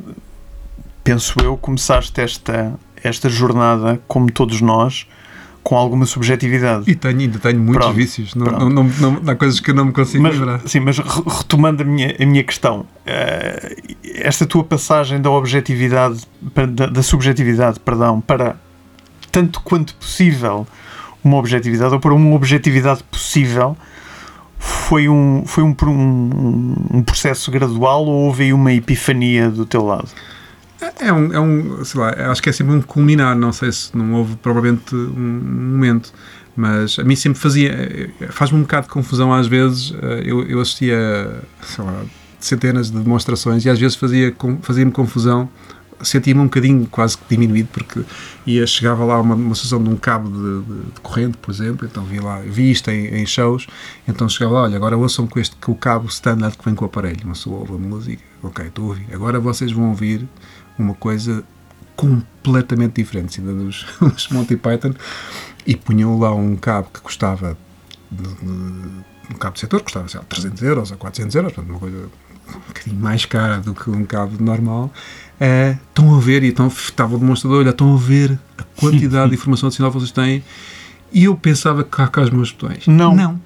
penso eu, começaste esta, esta jornada, como todos nós, com alguma subjetividade. E tenho, ainda tenho muitos pronto, vícios. Não, não, não, não, há coisas que eu não me consigo mas, lembrar. Sim, mas retomando a minha, a minha questão, uh, esta tua passagem da objetividade, da, da subjetividade, perdão, para tanto quanto possível uma objetividade, ou para uma objetividade possível, foi um, foi um, um, um processo gradual ou houve aí uma epifania do teu lado? É um, é um, sei lá, acho que é sempre um culminar, não sei se não houve provavelmente um momento, mas a mim sempre fazia, faz-me um bocado de confusão às vezes, eu, eu assistia, sei lá, centenas de demonstrações e às vezes fazia, fazia-me confusão, sentia-me um bocadinho quase que diminuído, porque ia, chegava lá uma demonstração de um cabo de, de, de corrente, por exemplo, então vi lá, vi isto em, em shows, então chegava lá, olha, agora ouçam com este, com o cabo standard que vem com o aparelho, uma pessoa ouve a música, ok, estou a ouvir, agora vocês vão ouvir uma coisa completamente diferente, ainda dos, dos Monty Python, e punham lá um cabo que custava, de, de, um cabo de setor, que custava, sei lá, trezentos euros ou quatrocentos euros, portanto, uma coisa um bocadinho mais cara do que um cabo normal. Uh, estão a ver, e então estava o demonstrador, olha, estão a ver a quantidade de informação adicional que vocês têm, e eu pensava que cá, cá os meus botões. Não. Não.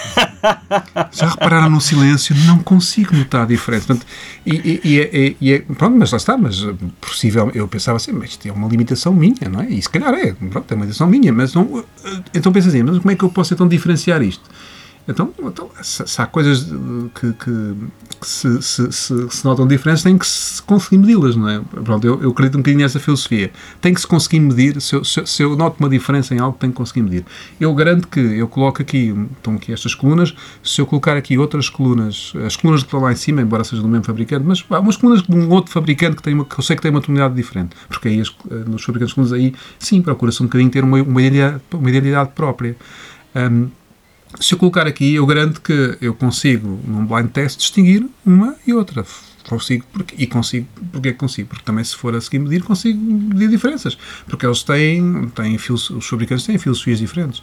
Já repararam no silêncio? Não consigo notar a diferença. Portanto, e, e, e, e, e é, pronto, mas lá está, mas possível, eu pensava assim, mas isto é uma limitação minha, não é? E se calhar é, pronto, é uma limitação minha, mas não, então pensa assim, mas como é que eu posso então diferenciar isto? Então, então se, se há coisas que, que, que se, se, se, se notam diferentes, tem que se conseguir medi-las, não é? Pronto, eu, eu acredito um bocadinho nessa filosofia. Tem que se conseguir medir, se eu, se, se eu noto uma diferença em algo, tenho que conseguir medir. Eu garanto que eu coloco aqui, estão aqui estas colunas, se eu colocar aqui outras colunas, as colunas que estão lá em cima, embora sejam do mesmo fabricante, mas há umas colunas de um outro fabricante que, tem uma, que eu sei que tem uma tonalidade diferente, porque aí as, nos fabricantes de colunas aí, sim, procura-se um bocadinho ter uma, uma, identidade, uma identidade própria. Um, Se eu colocar aqui, eu garanto que eu consigo, num blind test, distinguir uma e outra. Consigo, porque, e consigo, porque é que consigo? Porque também, se for a seguir medir, consigo medir diferenças. Porque eles têm, têm os fabricantes têm filosofias diferentes.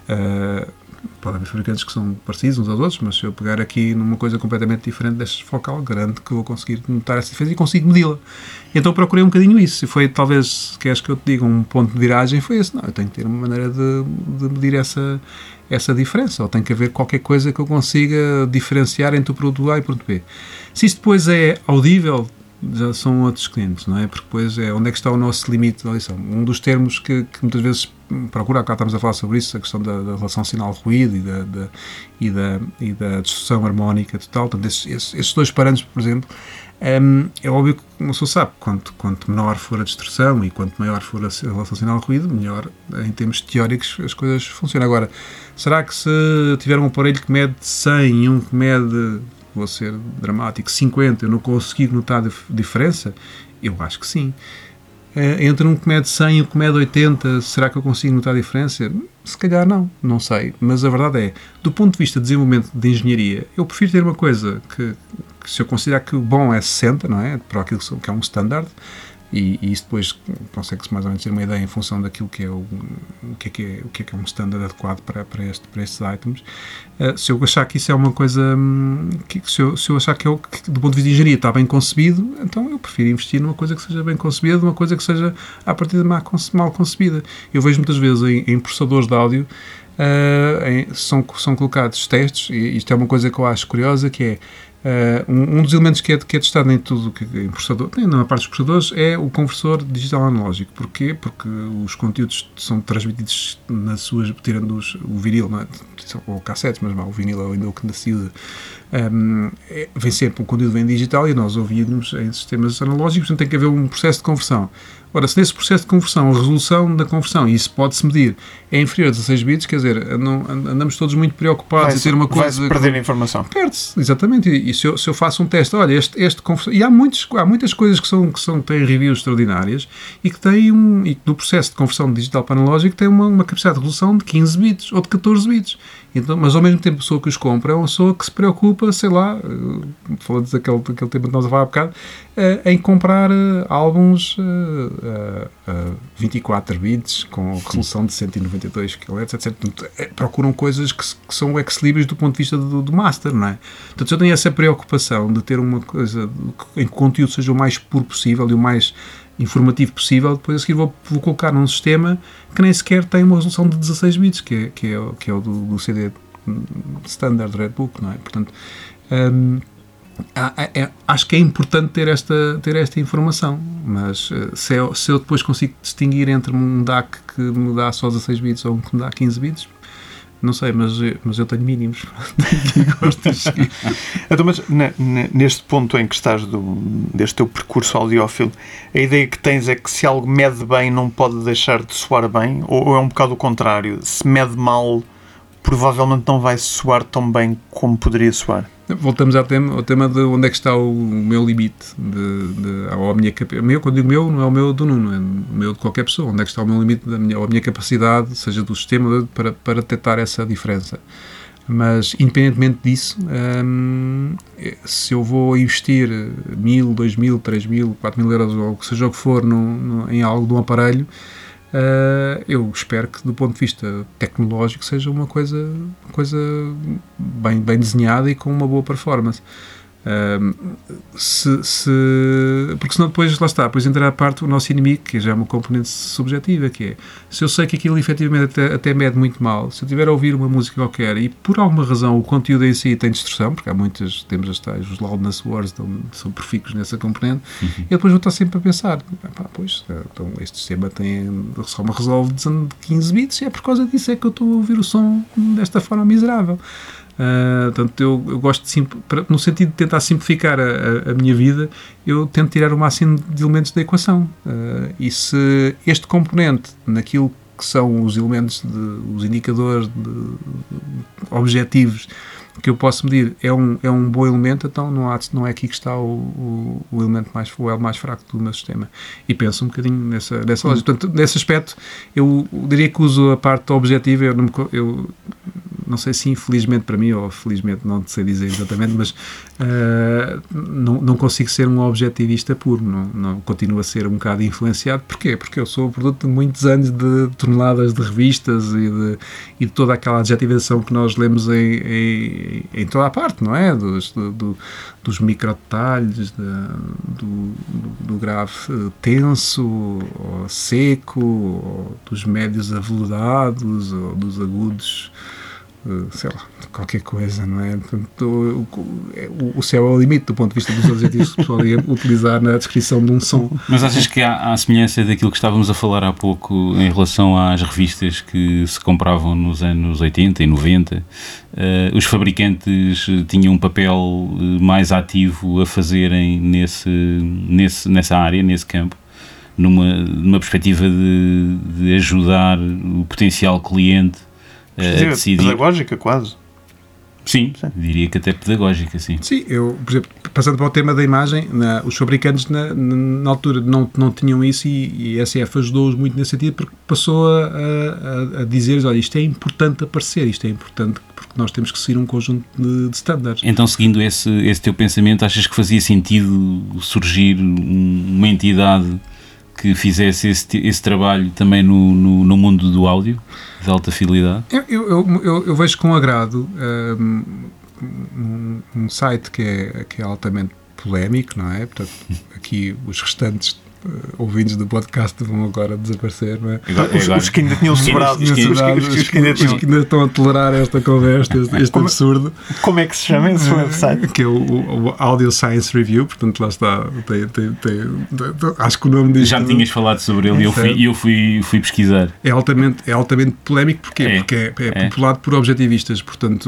Uh, pode haver fabricantes que são parecidos uns aos outros, mas se eu pegar aqui numa coisa completamente diferente deste focal, garanto que vou conseguir notar essa diferença e consigo medi-la. Então procurei um bocadinho isso. E foi, talvez, se queres que eu te diga, um ponto de viragem, foi esse. Não, eu tenho que ter uma maneira de, de medir essa, essa diferença. Ou tem que haver qualquer coisa que eu consiga diferenciar entre o produto A e o produto B. Se isso depois é audível, já são outros clientes, não é? Porque depois é onde é que está o nosso limite de audição. Um dos termos que, que muitas vezes procura, cá estamos a falar sobre isso, a questão da, da relação sinal-ruído e da, da, e, da, e da distorção harmónica total. Portanto, esses, esses, esses dois parâmetros, por exemplo, um, é óbvio que uma pessoa sabe, quanto, quanto menor for a distorção e quanto maior for a relação sinal-ruído, melhor, em termos teóricos, as coisas funcionam. Agora, será que se tiver um aparelho que mede cem e um que mede, vou ser dramático, cinquenta, eu não consigo notar a diferença? Eu acho que sim. Entre um que mede cem e um que mede oitenta, será que eu consigo notar a diferença? Se calhar não, não sei. Mas a verdade é, do ponto de vista de desenvolvimento de engenharia, eu prefiro ter uma coisa que, que se eu considerar que o bom é sessenta, não é? Para aquilo que é um standard, e, e isso depois consegue-se mais ou menos ter uma ideia em função daquilo que é o, o, que, é que, é, o que é que é um standard adequado para, para, este, para estes items. Uh, se eu achar que isso é uma coisa que, se, eu, se eu achar que, eu, que do ponto de vista de engenharia está bem concebido, então eu prefiro investir numa coisa que seja bem concebida, numa coisa que seja à partida mal, mal concebida. Eu vejo muitas vezes em, em processadores de áudio uh, em, são, são colocados testes, e isto é uma coisa que eu acho curiosa, que é Uh, um, um dos elementos que é, que é testado em tudo que em processador, na parte dos processadores, é o conversor digital analógico. Porquê? Porque os conteúdos são transmitidos nas suas, tirando os, o vinil, não é? Ou cassetes, mas não, o vinil é ainda o que se usa. Um, é, vem sempre, o conteúdo vem digital e nós ouvimos em sistemas analógicos, portanto tem que haver um processo de conversão. Ora, se nesse processo de conversão, a resolução da conversão, e isso pode-se medir, é inferior a dezasseis bits, quer dizer, não, andamos todos muito preocupados em ter uma coisa... Vai-se perder a informação. Perde-se, exatamente. E, e se, eu, se eu faço um teste, olha, este, este conversão... E há, muitos, há muitas coisas que, são, que são, têm reviews extraordinárias e que têm um... E que no processo de conversão de digital para analógico tem uma, uma capacidade de resolução de quinze bits ou de catorze bits. Então, mas ao mesmo tempo a pessoa que os compra é uma pessoa que se preocupa, sei lá, falando daquele, daquele tema que nós a falar há bocado, em comprar álbuns a vinte e quatro bits com resolução de cento e noventa e dois quilohertz, etcétera. Portanto, procuram coisas que, que são ex-libris do ponto de vista do, do master, não é? Portanto, se eu tenho essa preocupação de ter uma coisa em que o conteúdo seja o mais puro possível e o mais informativo possível, depois a seguir vou, vou colocar num sistema que nem sequer tem uma resolução de dezasseis bits, que é, que é, que é o do, do C D standard Redbook, não é? Portanto, hum, é, é, acho que é importante ter esta, ter esta informação, mas se eu, se eu depois consigo distinguir entre um D A C que me dá só dezasseis bits ou um que me dá quinze bits, não sei, mas, mas eu tenho mínimos. Então, mas neste ponto em que estás do, deste teu percurso audiófilo, a ideia que tens é que se algo mede bem não pode deixar de soar bem? Ou, ou é um bocado o contrário? Se mede mal, provavelmente não vai soar tão bem como poderia soar? Voltamos ao tema, ao tema de onde é que está o meu limite, de, de, ou a minha capacidade. Quando digo meu, não é o meu do Nuno, é o meu de qualquer pessoa. Onde é que está o meu limite, da minha, ou a minha capacidade, seja do sistema, para, para detectar essa diferença. Mas, independentemente disso, hum, se eu vou investir mil, dois mil, três mil, quatro mil euros, ou seja o que for, no, no, em algo de um aparelho, Uh, eu espero que do ponto de vista tecnológico seja uma coisa, uma coisa bem, bem desenhada e com uma boa performance. Uh, se, se, porque senão depois, lá está, depois entra a parte do nosso inimigo, que já é uma componente subjetiva, que é, se eu sei que aquilo efetivamente até, até mede muito mal, se eu estiver a ouvir uma música qualquer e por alguma razão o conteúdo em si tem distorção, porque há muitas, temos as tais, os loudness wars são profícuos nessa componente, uhum. E depois vou estar sempre a pensar, pá, pois, então este sistema tem só uma resolve de quinze bits e é por causa disso é que eu estou a ouvir o som desta forma miserável. Uh, portanto, eu, eu gosto de simp- no sentido de tentar simplificar a, a, a minha vida, eu tento tirar o máximo de elementos da equação. Uh, e se este componente, naquilo que são os elementos, de, os indicadores de, de objetivos que eu posso medir, é um, é um bom elemento, então não, há, não é aqui que está o, o, o elemento mais, o elo mais fraco do meu sistema. E penso um bocadinho nessa, nessa lógica. Portanto, nesse aspecto, eu diria que uso a parte objetiva, eu não, me, eu não sei se infelizmente para mim, ou felizmente, não sei dizer exatamente, mas uh, não, não consigo ser um objetivista puro, não, não, continuo a ser um bocado influenciado. Porquê? Porque eu sou o produto de muitos anos de toneladas de revistas e de, e de toda aquela adjetivação que nós lemos em, em em toda a parte, não é? Dos, do, do, dos microdetalhes, de, do, do grave tenso, ou seco, ou dos médios aveludados, ou dos agudos, sei lá, qualquer coisa, não é? Portanto, o, o céu é o limite do ponto de vista dos adjetivos que se podem utilizar na descrição de um som. Mas achas que há a semelhança daquilo que estávamos a falar há pouco em relação às revistas que se compravam nos anos oitenta e noventa? Uh, os fabricantes tinham um papel mais ativo a fazerem nesse, nesse, nessa área, nesse campo, numa, numa perspectiva de, de ajudar o potencial cliente a decidir. Pedagógica, quase. Sim, sim, diria que até pedagógica, sim. Sim, eu, por exemplo, passando para o tema da imagem, na, os fabricantes na, na altura não, não tinham isso e, e a S F ajudou-os muito nesse sentido, porque passou a, a, a dizer, olha, isto é importante aparecer, isto é importante porque nós temos que seguir um conjunto de, de standards. Então, seguindo esse, esse teu pensamento, achas que fazia sentido surgir uma entidade que fizesse esse, esse trabalho também no, no, no mundo do áudio, de alta fidelidade? Eu, eu, eu, eu vejo com agrado um, um, um site que é, que é altamente polémico, não é? Portanto, aqui os restantes uh, ouvintes do podcast vão agora desaparecer, não é? Agora, os, os que ainda tinham sobrado, os, os, os, os que ainda tinham. Os que ainda estão a tolerar esta conversa, este, este como, absurdo. Como é que se chama esse website? Que é o, o, o Audio Science Review, portanto lá está, tem, tem, tem, tem, acho que o nome disto... Já me tinhas falado sobre ele e eu, fui, eu fui, fui pesquisar. É altamente, é altamente polémico, porquê? É, porque é, é, é populado por objetivistas, portanto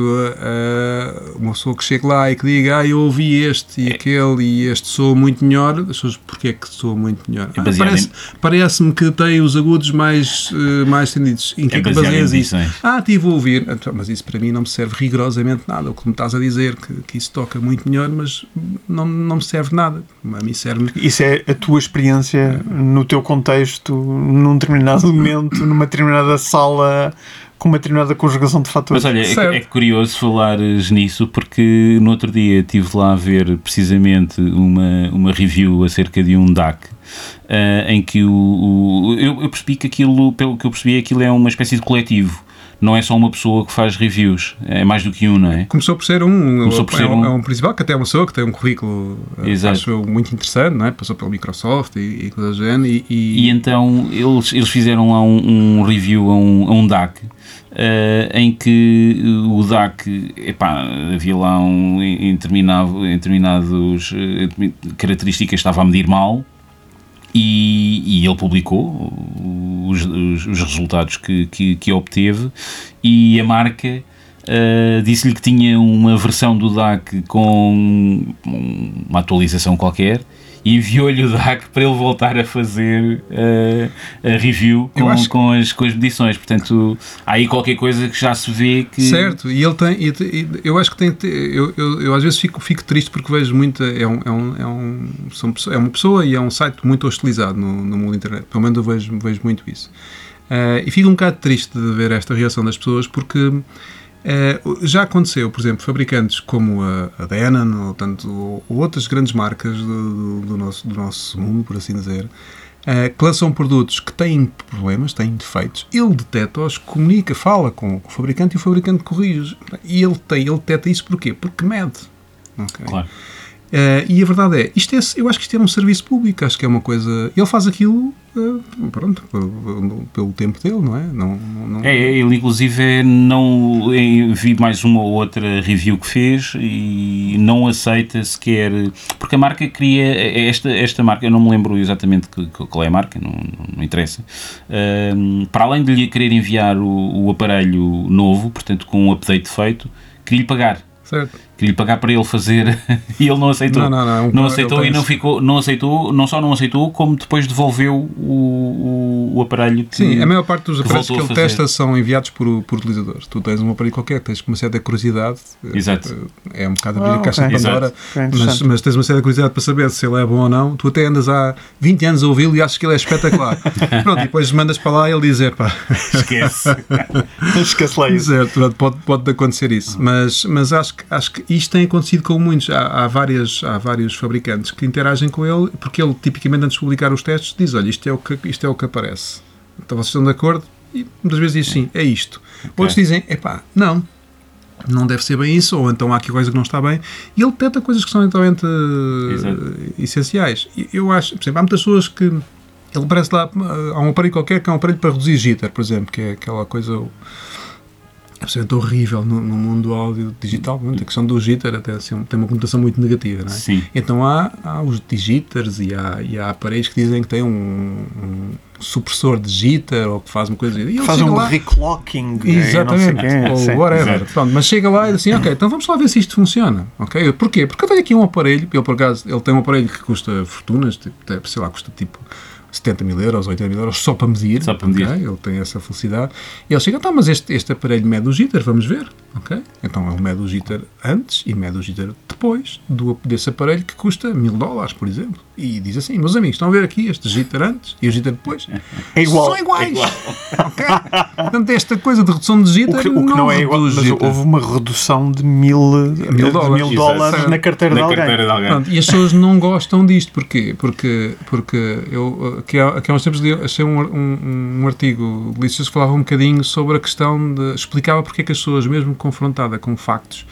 uh, uma pessoa que chega lá e que diga, ah, eu ouvi este e é. aquele e este soa muito melhor, as pessoas, porquê é que soa muito melhor? É ah, parece, em... Parece-me que tem os agudos mais, uh, mais tendidos. Em que é, é que baseias isso? Ah, estive a ouvir, mas isso para mim não me serve rigorosamente nada, o que me estás a dizer, que, que isso toca muito melhor, mas não, não me serve nada. A mim serve. Isso é a tua experiência no teu contexto, num determinado momento, numa determinada sala, com uma determinada conjugação de fatores. Mas olha, é, é curioso falares nisso, porque no outro dia estive lá a ver precisamente uma, uma review acerca de um D A C, uh, em que o, o, eu, eu percebi que aquilo, pelo que eu percebi, aquilo é uma espécie de coletivo. Não é só uma pessoa que faz reviews, é mais do que um, não é? Começou por ser um, Começou por ser é, um, um. é um principal, que até é uma pessoa que tem um currículo, acho eu, muito interessante, não é? Passou pela Microsoft e, e coisas do género. E, e... e então eles, eles fizeram lá um, um review a um, a um D A C, Uh, em que o D A C, epá, havia lá um, em, determinado, em determinadas uh, características estava a medir mal e, e ele publicou os, os, os resultados que, que, que obteve, e a marca uh, disse-lhe que tinha uma versão do D A C com uma atualização qualquer, e enviou-lhe o D A C para ele voltar a fazer uh, a review com, acho... com, as, com as medições. Portanto, há aí qualquer coisa que já se vê que... Certo, e ele tem... E, eu acho que tem... Eu, eu, eu às vezes fico, fico triste porque vejo muita... É, um, é, um, é, um, são, é uma pessoa e é um site muito hostilizado no, no mundo da internet. Pelo menos eu vejo, vejo muito isso. Uh, e fico um bocado triste de ver esta reação das pessoas, porque... Uh, já aconteceu, por exemplo, fabricantes como a, a Denon ou, tanto, ou outras grandes marcas do, do, nosso, do nosso mundo, por assim dizer, uh, que lançam produtos que têm problemas, têm defeitos, ele detecta-os, comunica, fala com, com o fabricante e o fabricante corrige. E ele, tem, ele detecta isso porquê? Porque mede. Okay? Claro. Uh, e a verdade é, isto é, eu acho que isto é um serviço público, acho que é uma coisa... Ele faz aquilo, uh, pronto, pelo, pelo tempo dele, não é? Não, não... É, ele inclusive não vi mais uma ou outra review que fez e não aceita sequer, porque a marca queria, esta, esta marca, eu não me lembro exatamente que, qual é a marca, não, não interessa, uh, para além de lhe querer enviar o, o aparelho novo, portanto com um update feito, queria-lhe pagar. Certo. Queria-lhe pagar para ele fazer e ele não aceitou. Não, não, não. É um não aceitou e não isso. ficou, não aceitou, não só não aceitou, como depois devolveu o, o, o aparelho que, Sim, a maior parte dos que aparelhos que ele voltou a fazer. testa são enviados por, por utilizadores. Tu tens um aparelho qualquer que tens uma certa curiosidade. Exato. É um bocado abrir Ah, a caixa ok. de Pandora, É mas, interessante. mas tens uma certa curiosidade para saber se ele é bom ou não. Tu até andas há vinte anos a ouvi-lo e achas que ele é espetacular. Pronto, e depois mandas para lá e ele diz: é pá, Esquece. Esquece lá isso. certo, pronto, pode, pode acontecer isso. Mas, mas acho, que, acho que isto tem acontecido com muitos. Há, há, várias, há vários fabricantes que interagem com ele, porque ele, tipicamente, antes de publicar os testes, diz: olha, isto é o que, isto é o que aparece. Então vocês estão de acordo? E muitas vezes diz sim, é isto. Okay. Outros dizem: epá, não. Não deve ser bem isso, ou então há aqui coisa que não está bem, e ele tenta coisas que são eventualmente uh, essenciais. E eu acho, por exemplo, há muitas pessoas que ele parece lá, há um aparelho qualquer que é um aparelho para reduzir jitter, por exemplo, que é aquela coisa absolutamente horrível no, no mundo do áudio digital. A questão do jitter até assim, tem uma conotação muito negativa, não é? Sim. Então há, há os jitters e há, e há aparelhos que dizem que tem um, um supressor de jitter ou que faz uma coisa. E faz um lá, reclocking. exatamente, quê, ou sim. whatever. Pronto, mas chega lá e diz assim: ok, então vamos lá ver se isto funciona. Okay? Porquê? Porque eu tenho aqui um aparelho, ele por acaso ele tem um aparelho que custa fortunas, tipo, sei lá, custa tipo setenta mil euros, oitenta mil euros, só para medir. Só para medir. Okay? Ele tem essa felicidade. E ele chega: tá, mas este, este aparelho mede o jitter, vamos ver. Okay? Então ele mede o jitter antes e mede o jitter depois do, desse aparelho que custa mil dólares, por exemplo. E diz assim: meus amigos, estão a ver aqui este jitter antes e o jitter depois? É igual. São iguais. É igual. Okay? Portanto, esta coisa de redução de jitter O que, o que não, não é igual, mas jitter. houve uma redução de mil, Mil de dólares. mil dólares Exato. na carteira Na de alguém. carteira de alguém. Pronto, e as pessoas não gostam disto. Porquê? Porque, porque eu, aqui há, aqui há uns tempos achei um, um, um artigo delicioso que falava um bocadinho sobre a questão de... explicava porque é que as pessoas, mesmo confrontadas com factos,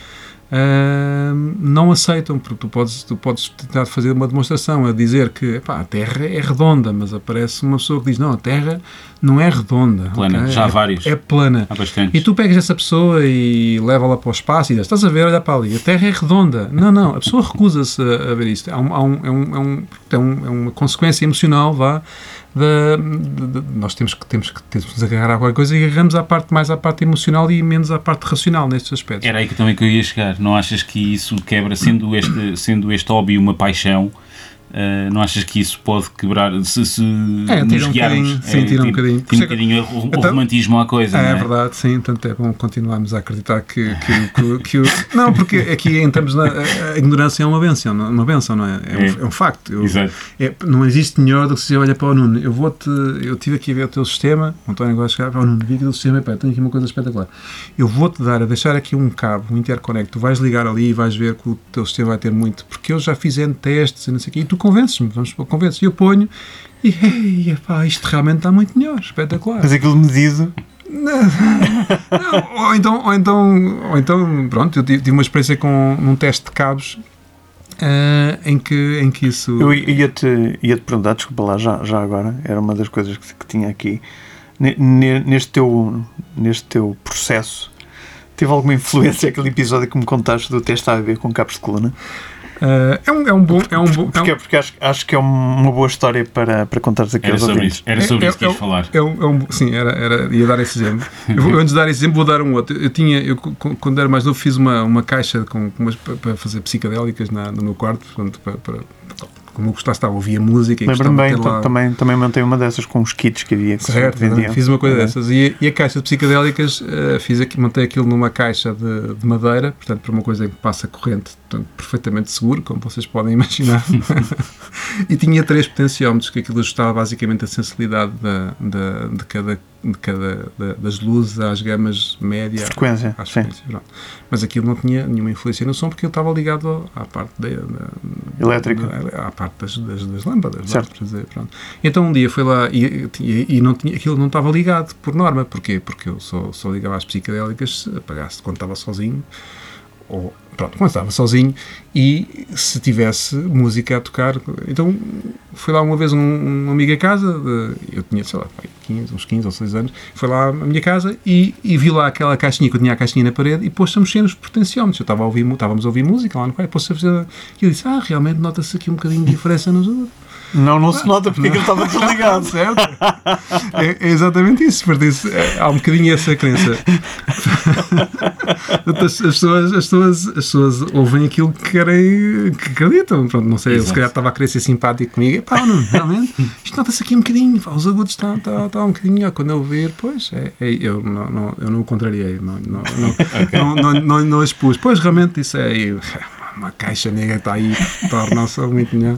uh, não aceitam, porque tu podes, tu podes tentar fazer uma demonstração a dizer que epá, a Terra é redonda, mas aparece uma pessoa que diz: não, a Terra não é redonda. Plana, okay? já há é, vários. É plana. Há bastantes. E tu pegas essa pessoa e leva-la para o espaço e dizes: estás a ver, olha para ali, a Terra é redonda. Não, não, a pessoa recusa-se a, a ver isto. Há um, há um, é, um, é, um, é, um, é uma consequência emocional, vá, da, de, de, nós temos que, temos que temos que nos agarrar a qualquer coisa e agarramos à parte, mais à parte emocional e menos à parte racional nestes aspectos. Era aí que também que eu ia chegar. Não achas que isso quebra, sendo este, sendo este hobby uma paixão, uh, não achas que isso pode quebrar, se, se é, nos um guiarmos, sim, é, tira um tira, bocadinho. tira um bocadinho o, o então, romantismo à coisa, é, não é? É verdade, sim, portanto é bom continuarmos a acreditar que, que, que, que o... Não, porque aqui entramos na... A ignorância é uma benção, uma benção, não é? É, um, é. é um facto. Eu, Exato. É, não existe melhor do que se olha para o Nuno. Eu vou-te... Eu estive aqui a ver o teu sistema, o António vai chegar para o Nuno, vi aqui o sistema, pá, tenho aqui uma coisa espetacular. Eu vou-te dar, a deixar aqui um cabo, um interconnect, tu vais ligar ali e vais ver que o teu sistema vai ter muito, porque eu já fiz N testes e não sei o quê, e tu convences-me, vamos convences, e eu ponho e ei, epá, isto realmente está muito melhor, espetacular. Mas aquilo medido. Não, não, ou, então, ou, então, ou então, pronto, eu tive uma experiência com num teste de cabos uh, em, que, em que isso. Eu ia-te ia -te perguntar, desculpa lá, já, já agora, era uma das coisas que, que tinha aqui. Neste teu, neste teu processo, teve alguma influência aquele episódio que me contaste do teste A B com cabos de coluna? Uh, é, um, é um bom. É um bom porque, é um... porque acho, acho que é uma boa história para, para contares aqui era aos sobre ouvintes. Isso, era sobre é, isso que é, ias é, falar. É um, é um, sim, era, era, ia dar esse exemplo. Eu vou, antes de dar esse exemplo, vou dar um outro. Eu tinha, eu, quando era mais novo, fiz uma, uma caixa com, com umas, para fazer psicadélicas na, no meu quarto, portanto, para, para, como eu gostava, estava a ouvir a música. Lembro-me bem, lá... também, também mantei uma dessas com os kits que havia. Que certo, fiz uma coisa é. dessas. E, e a caixa de psicadélicas, uh, fiz aqui, montei aquilo numa caixa de, de madeira, portanto, para uma coisa em que passa corrente, portanto, perfeitamente seguro, como vocês podem imaginar. E tinha três potenciómetros, que aquilo ajustava basicamente a sensibilidade da, da, de cada, de cada da, das luzes às gamas média. Frequência, às sim. frequências, pronto. Mas aquilo não tinha nenhuma influência no som, porque ele estava ligado à parte da, da, elétrica, à parte das, das, das lâmpadas. Certo. Lá, dizer, pronto. Então um dia fui lá e, e, e não tinha, aquilo não estava ligado por norma. Porquê? Porque eu só, só ligava às psicadélicas se apagasse quando estava sozinho, ou pronto, quando estava sozinho, e se tivesse música a tocar. Então fui lá uma vez um, um amigo a casa, de, eu tinha, sei lá, quinze, uns quinze ou seis anos, foi lá à minha casa e, e vi lá aquela caixinha, que eu tinha a caixinha na parede, e pôs-se a mexer nos potenciómetros. Eu estava a ouvir, estávamos a ouvir música lá no quarto, e pôs-se a fazer, e eu disse: ah, realmente nota-se aqui um bocadinho de diferença nos outros. Não, não se nota porque é que ele estava desligado. Certo? É, é exatamente isso. Isso é, há um bocadinho essa crença. As, as, pessoas, as, pessoas, as pessoas ouvem aquilo que querem, que acreditam. Pronto, não sei, Exato. Se calhar estava a querer ser simpático comigo. E, pá, não, realmente, isto nota-se aqui um bocadinho. Pá, os agudos estão tá, tá um bocadinho. Ó, quando eu ver, pois, é, é, eu, não, não, eu não o contrariei. Não, não, não, okay. não, não, não, não expus. Pois, realmente, isso é uma caixa negra está aí, torna-se muito melhor.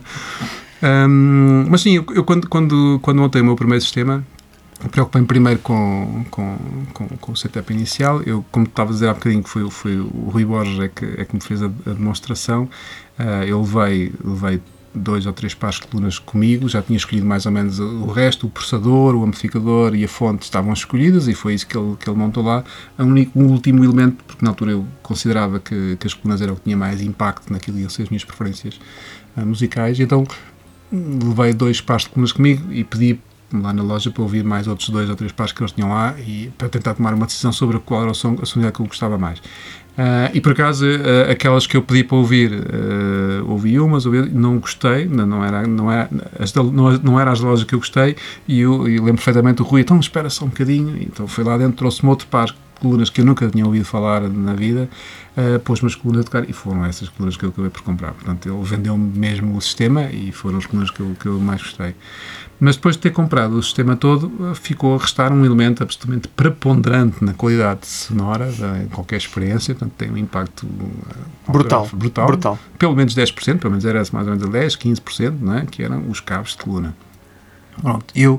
Um, mas sim, eu, eu quando, quando, quando montei o meu primeiro sistema, preocupei-me primeiro com, com, com, com o setup inicial. Eu, como estava a dizer há bocadinho, que foi, foi o Rui Borges é que, é que me fez a, a demonstração. Uh, eu levei, levei dois ou três pares de colunas comigo, já tinha escolhido mais ou menos o resto, o processador, o amplificador e a fonte estavam escolhidas, e foi isso que ele, que ele montou lá. O único, um último elemento, porque na altura eu considerava que, que as colunas eram o que tinha mais impacto naquilo e iam ser as minhas preferências uh, musicais, então levei dois pares de colunas comigo e pedi lá na loja para ouvir mais outros dois ou três pares que eles tinham lá, e para tentar tomar uma decisão sobre qual era o som, a sonoridade que eu gostava mais. Uh, e por acaso, uh, aquelas que eu pedi para ouvir, uh, ouvi umas, ouvi, não gostei, não, não, era, não, era, as da, não, não era as lojas que eu gostei, e eu, eu lembro perfeitamente o Rui, então espera só um bocadinho, então foi lá dentro, trouxe-me outro par de colunas que eu nunca tinha ouvido falar na vida, uh, pôs-me as colunas a tocar, e foram essas colunas que eu acabei por comprar. Portanto, ele vendeu-me mesmo o sistema, e foram as colunas que eu, que eu mais gostei. Mas depois de ter comprado o sistema todo, ficou a restar um elemento absolutamente preponderante na qualidade sonora de qualquer experiência, portanto tem um impacto brutal, brutal, brutal. Pelo menos dez por cento, pelo menos era mais ou menos dez, quinze por cento, não é? Que eram os cabos de coluna. Pronto, eu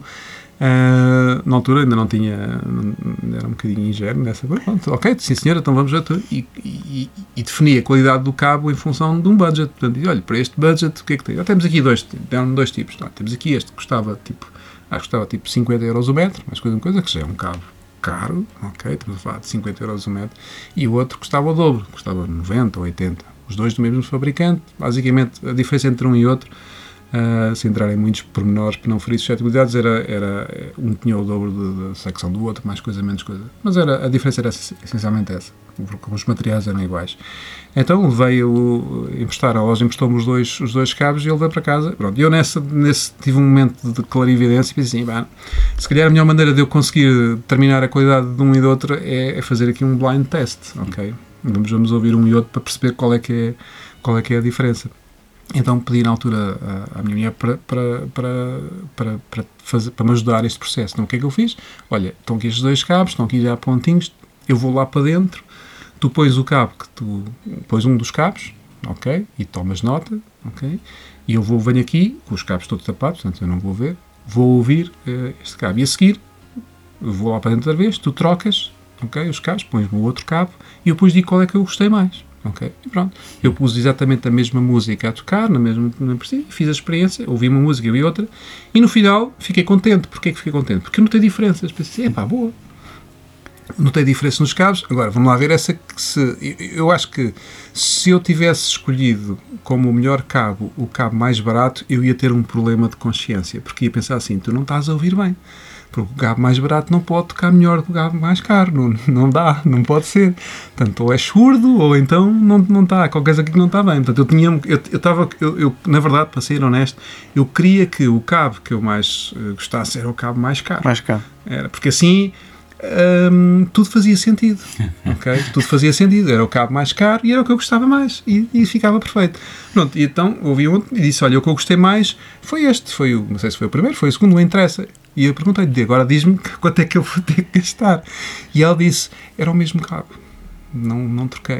Uh, na altura ainda não tinha, não, era um bocadinho ingênuo nessa coisa. Pronto, ok, sim senhora, então vamos a tudo. E, e, e defini a qualidade do cabo em função de um budget. Portanto, e olha, para este budget, o que é que tem? Já temos aqui dois, dois tipos. Não, temos aqui este que custava tipo, acho que custava tipo cinquenta euros o metro, mas coisa, coisa que já é um cabo caro, ok, estamos a falar de cinquenta euros o metro, e o outro custava o dobro, custava noventa ou oitenta. Os dois do mesmo fabricante, basicamente a diferença entre um e outro, Uh, se entrar em muitos pormenores para não ferir suscetibilidades, era, era um tinha o dobro da secção do outro, mais coisa, menos coisa, mas era, a diferença era essencialmente essa, porque os materiais eram iguais. Então veio emprestar, a loja emprestou-me os dois, os dois cabos e ele veio para casa. Pronto, eu nessa, nesse tive um momento de clarividência e pensei assim, bah, se calhar a melhor maneira de eu conseguir determinar a qualidade de um e do outro é, é fazer aqui um blind test, ok? Vamos, vamos ouvir um e outro para perceber qual é que é, qual é, que é a diferença. Então pedi na altura à, à minha mulher para, para, para, para, para, fazer, para me ajudar neste processo. Então o que é que eu fiz? Olha, estão aqui estes dois cabos, estão aqui já pontinhos, eu vou lá para dentro, tu pões o cabo, que tu pões um dos cabos, ok? E tomas nota, ok? E eu vou, venho aqui, com os cabos todos tapados, portanto eu não vou ver, vou ouvir uh, este cabo. E a seguir, eu vou lá para dentro outra vez, tu trocas, ok? Os cabos, pões-me o outro cabo e eu depois digo qual é que eu gostei mais. Ok, e pronto. Eu pus exatamente a mesma música a tocar, na mesma, na, fiz a experiência, ouvi uma música, ouvi outra, e no final fiquei contente. Porquê que fiquei contente? Porque eu notei diferenças. Pensei, epá, boa. Notei diferença nos cabos. Agora, vamos lá ver essa que se... Eu, eu acho que se eu tivesse escolhido como o melhor cabo, o cabo mais barato, eu ia ter um problema de consciência. Porque ia pensar assim, tu não estás a ouvir bem. Porque o cabo mais barato não pode tocar melhor do que o cabo mais caro. Não, não dá, não pode ser. Portanto, ou é surdo, ou então não, não está. Há qualquer coisa aqui que não está bem. Portanto, eu tinha... Eu, eu estava... Eu, eu, na verdade, para ser honesto, eu queria que o cabo que eu mais uh, gostasse era o cabo mais caro. Mais caro. Era, porque assim... Um, tudo fazia sentido, ok? Tudo fazia sentido, era o cabo mais caro e era o que eu gostava mais e, e ficava perfeito. Pronto, e então ouvi um e disse, olha, o que eu gostei mais foi este, foi o, não sei se foi o primeiro, foi o segundo, não interessa. E eu perguntei-lhe, agora diz-me quanto é que eu vou ter que gastar. E ela disse, era o mesmo cabo, não, não troquei.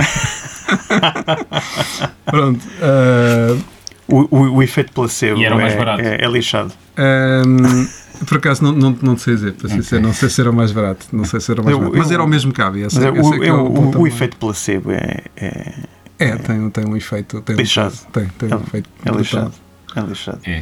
Pronto. Uh, o, o, o efeito placebo e era o mais é, barato. É, é lixado. Um, por acaso não, não, não sei dizer, para okay. ser, não sei se era o mais barato, não sei se era o mais eu, barato, mas eu, era o mesmo cabo. Essa, mas essa o, é eu, o, o, o efeito placebo é. É, é, é tem, tem um efeito. Tem lixado. Um, tem, tem é, um efeito. É lixado. É lixado. É.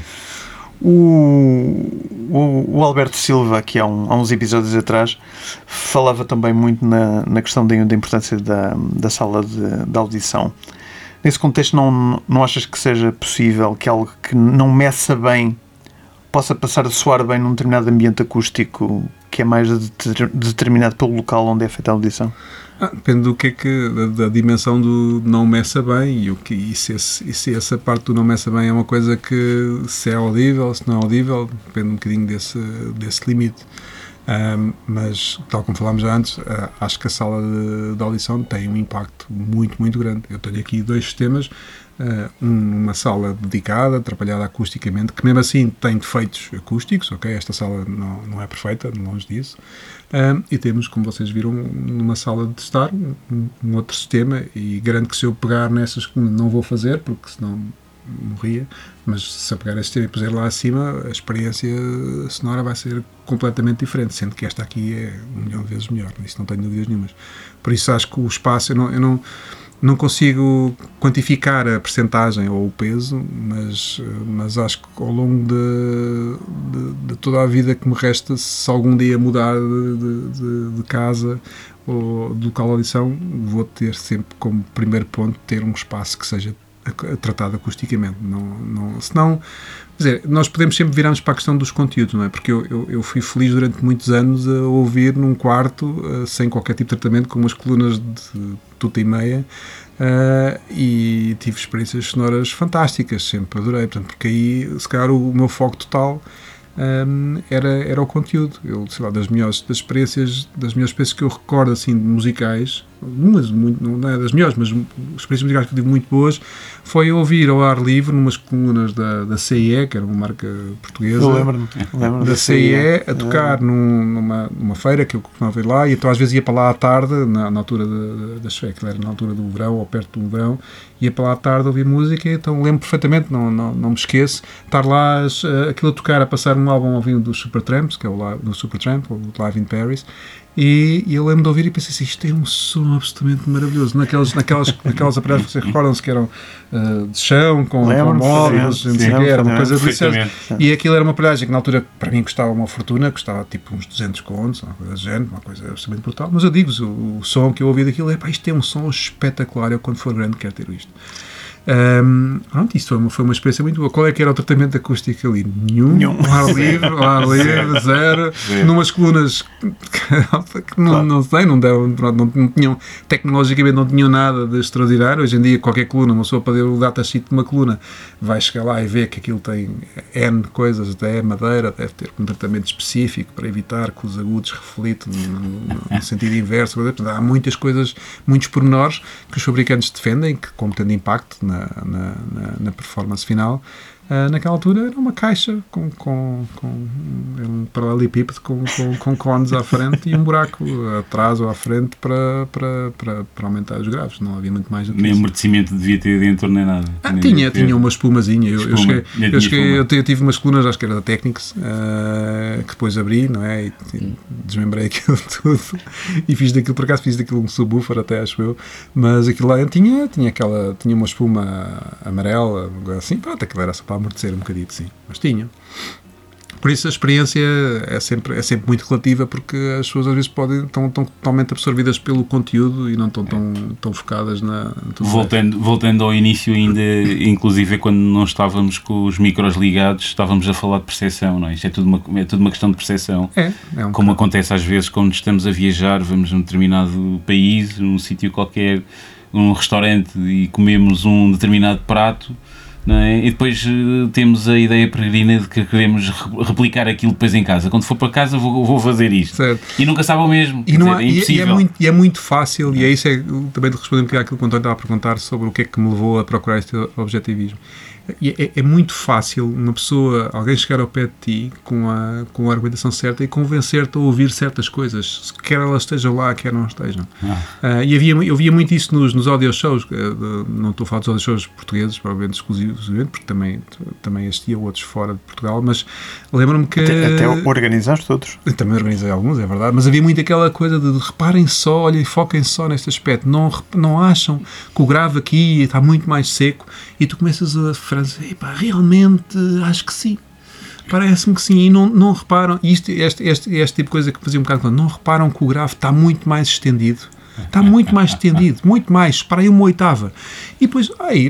O, o, o Alberto Silva, que há, um, há uns episódios atrás, falava também muito na, na questão da, da importância da, da sala de, de audição. Nesse contexto, não, não achas que seja possível que algo que não meça bem possa passar a soar bem num determinado ambiente acústico que é mais determinado pelo local onde é feita a audição? Ah, depende do que é que, da, da dimensão do não meça bem e, o que, e, se esse, e se essa parte do não meça bem é uma coisa que se é audível, se não é audível, depende um bocadinho desse, desse limite. Um, mas, tal como falámos já antes, uh, acho que a sala de, de audição tem um impacto muito, muito grande. Eu tenho aqui dois sistemas, uh, uma sala dedicada, trabalhada acusticamente, que mesmo assim tem defeitos acústicos, ok? Esta sala não, não é perfeita, longe disso. Um, e temos, como vocês viram, numa sala de testar, um, um outro sistema, e garanto que se eu pegar nessas, não vou fazer, porque senão morria, mas se eu pegar este sistema e puser lá acima, a experiência sonora vai ser completamente diferente, sendo que esta aqui é um milhão de vezes melhor, isso não tenho dúvidas nenhumas. Por isso acho que o espaço, eu não, eu não, não consigo quantificar a percentagem ou o peso, mas, mas acho que ao longo de, de, de toda a vida que me resta, se algum dia mudar de, de, de casa ou de local de audição, vou ter sempre como primeiro ponto ter um espaço que seja tratado acusticamente, não, não, senão, quer dizer, nós podemos sempre virarmos para a questão dos conteúdos, não é? Porque eu, eu, eu fui feliz durante muitos anos a ouvir num quarto, uh, sem qualquer tipo de tratamento, com umas colunas de tuta e meia, uh, e tive experiências sonoras fantásticas, sempre adorei, portanto, porque aí, se calhar, o, o meu foco total Um, era, era o conteúdo. Eu, sei lá, das melhores das experiências, das melhores experiências que eu recordo, assim, de musicais, umas, muito, não é das melhores, mas experiências musicais que eu tive muito boas, foi ouvir ao ar livre, numas colunas da, da C I E, que era uma marca portuguesa. Eu lembro-me, lembro-me da, da C I E, a tocar num, numa, numa feira que eu costumava ir lá, e então às vezes ia para lá à tarde, na, na altura da, das férias, que era na altura do verão, ou perto do verão, ia para lá à tarde ouvir música, então lembro perfeitamente, não, não, não me esqueço, estar lá, aquilo a tocar, a passar um álbum ao vivo do Supertramp, que é o do Supertramp, o Live in Paris, e, e eu lembro de ouvir e pensei assim, isto é um som absolutamente maravilhoso, naquelas, naquelas, naquelas aparelhos que vocês recordam-se que eram uh, de chão, com, com móveis, era uma coisa deliciosa, e aquilo era uma aparelhagem que na altura para mim custava uma fortuna, custava tipo uns duzentos contos, uma coisa do género, uma coisa absolutamente brutal, mas eu digo-vos, o, o som que eu ouvi daquilo é, pá, isto é um som espetacular, eu quando for grande quero ter isto. Um, pronto, isso foi uma, foi uma experiência muito boa. Qual é que era o tratamento acústico ali? Nenhum, Nenhum. Ao ar livre, ao ar livre, zero, zero. Numas colunas que não, claro. não sei, não, deram, não, não tinham, tecnologicamente não tinham nada de extraordinário. Hoje em dia qualquer coluna, uma pessoa para ver o datasheet de uma coluna vai chegar lá e ver que aquilo tem N coisas, até madeira, deve ter um tratamento específico para evitar que os agudos reflitam no, no, no sentido inverso. Há muitas coisas, muitos pormenores que os fabricantes defendem, que como tendo impacto na Na, na, na performance final, uh, naquela altura era uma caixa com, com, com um paralelepípedo com, com, com cones à frente e um buraco atrás ou à frente para, para, para, para aumentar os graves, não havia muito mais do que nem isso. Nem amortecimento devia ter dentro nem nada. Ah, nem tinha, tinha uma espumazinha. Eu, Espuma. eu, cheguei, eu, cheguei, eu, eu tive umas colunas, acho que era da Technics, uh, que depois abri, não é? E, e desmembrei aquilo tudo e fiz daquilo, por acaso fiz daquilo um subwoofer até, acho eu, mas aquilo lá tinha, tinha, aquela, tinha uma espuma amarela, assim, pronto, aquilo era só para amortecer um bocadinho, sim, mas tinha. Por isso a experiência é sempre, é sempre muito relativa, porque as pessoas às vezes podem, estão, estão totalmente absorvidas pelo conteúdo e não estão tão, tão focadas na... Voltando, voltando ao início ainda, inclusive quando não estávamos com os micros ligados, estávamos a falar de percepção, não é? Isto é tudo uma, é tudo uma questão de percepção. É, é um Como bocado. Acontece às vezes quando estamos a viajar, vamos a um determinado país, num sítio qualquer, um restaurante e comemos um determinado prato, não é? E depois uh, temos a ideia peregrina de que queremos re- replicar aquilo depois em casa. Quando for para casa vou, vou fazer isto. Certo. E nunca sabe o mesmo. E, não há, dizer, é impossível. E, e, é muito, e é muito fácil, e é isso é, também de responder um bocadinho àquilo que o António estava a perguntar sobre o que é que me levou a procurar este objetivismo. E é, é muito fácil uma pessoa, alguém chegar ao pé de ti com a, com a argumentação certa e convencer-te a ouvir certas coisas, quer elas estejam lá, quer não estejam. Ah. Uh, e havia, eu via muito isso nos, nos audio shows, uh, não estou a falar dos audio shows portugueses, provavelmente exclusivos, porque também, também existiam outros fora de Portugal, mas lembro-me que... Até, até organizaste outros. Eu também organizei alguns, é verdade, mas havia muito aquela coisa de, de reparem só, olhem, foquem só neste aspecto, não, não acham que o grave aqui está muito mais seco, e tu começas a Epá, realmente acho que sim, parece-me que sim, e não, não reparam, isto, este, este, este tipo de coisa que fazia um bocado, não reparam que o grave está muito mais estendido, está muito mais estendido, muito mais, para aí uma oitava, e depois, aí,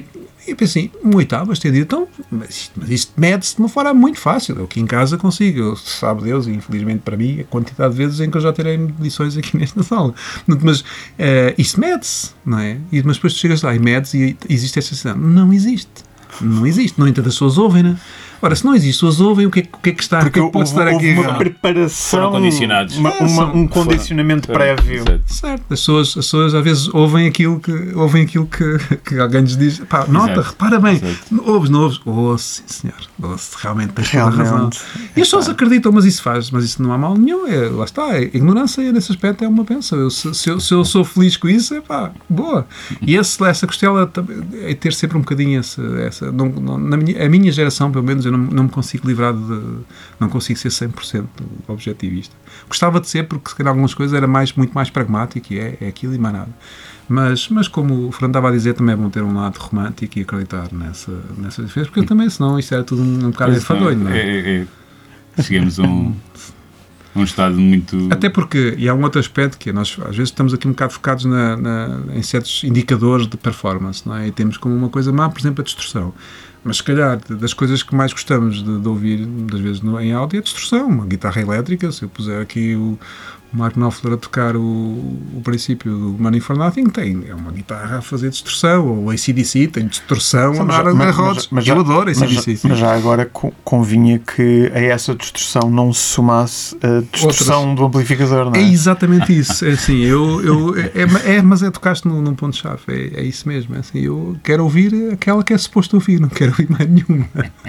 E eu pensei, um oitavo estendido, então, mas isto, mas isto mede-se de uma forma muito fácil. Eu aqui em casa consigo, eu, sabe Deus, e infelizmente para mim, a quantidade de vezes em que eu já terei lições aqui nesta sala. Mas uh, isso mede-se, não é? E, mas depois tu chegas lá e medes e existe esta sensação. Não existe. Não existe. No entanto, as pessoas ouvem, não é? Ora, se não existe, as pessoas ouvem, o que é, o que, é que está, Porque o que é que pode houve, estar aqui? Houve uma preparação, foram condicionados. Uma, uma, um Foram, condicionamento foram, prévio. exato. Certo, as pessoas, as pessoas às vezes ouvem aquilo que, ouvem aquilo que, que alguém lhes diz. Pá, nota, Exato. repara bem, Exato. ouves, não ouves? Ouço, sim senhor, ouço, realmente tens toda a razão. Realmente. E as pessoas acreditam, mas isso faz, mas isso não há mal nenhum, é, lá está, a ignorância nesse aspecto é uma benção. Eu, se, se, eu, se eu sou feliz com isso, é pá, boa. E esse, essa costela é ter sempre um bocadinho essa, essa não, não, na minha, a minha geração, pelo menos, eu não, não me consigo livrar de, não consigo ser cem por cento objetivista. Gostava de ser, porque se calhar algumas coisas era mais, muito mais pragmático e é, é aquilo e mais nada. Mas, mas como o Fernando estava a dizer, também é bom ter um lado romântico e acreditar nessa, nessa diferença, porque eu também, senão isto era tudo um, um bocado enfadonho, não é? É, é, chegamos a um, a um estado muito... Até porque, e há um outro aspecto que é, nós às vezes estamos aqui um bocado focados na, na, em certos indicadores de performance, não é? E temos como uma coisa má, por exemplo, a distorção. Mas se calhar, das coisas que mais gostamos de, de ouvir, muitas vezes no, em áudio, é a distorção. Uma guitarra elétrica, se eu puser aqui o, o Mark Knopfler a tocar o, o princípio do Money for Nothing, tem, é uma guitarra a fazer distorção, ou o A C D C tem distorção, a dar a rodas. Mas, eu adoro A C D C. Mas, mas já agora convinha que a essa distorção não se somasse a distorção Outras. do amplificador, não é? É exatamente isso. É assim, eu, eu, é, é, mas é tocaste num, num ponto-chave, é, é isso mesmo. É assim, eu quero ouvir aquela que é suposto ouvir, não quero ouvir mais nenhuma.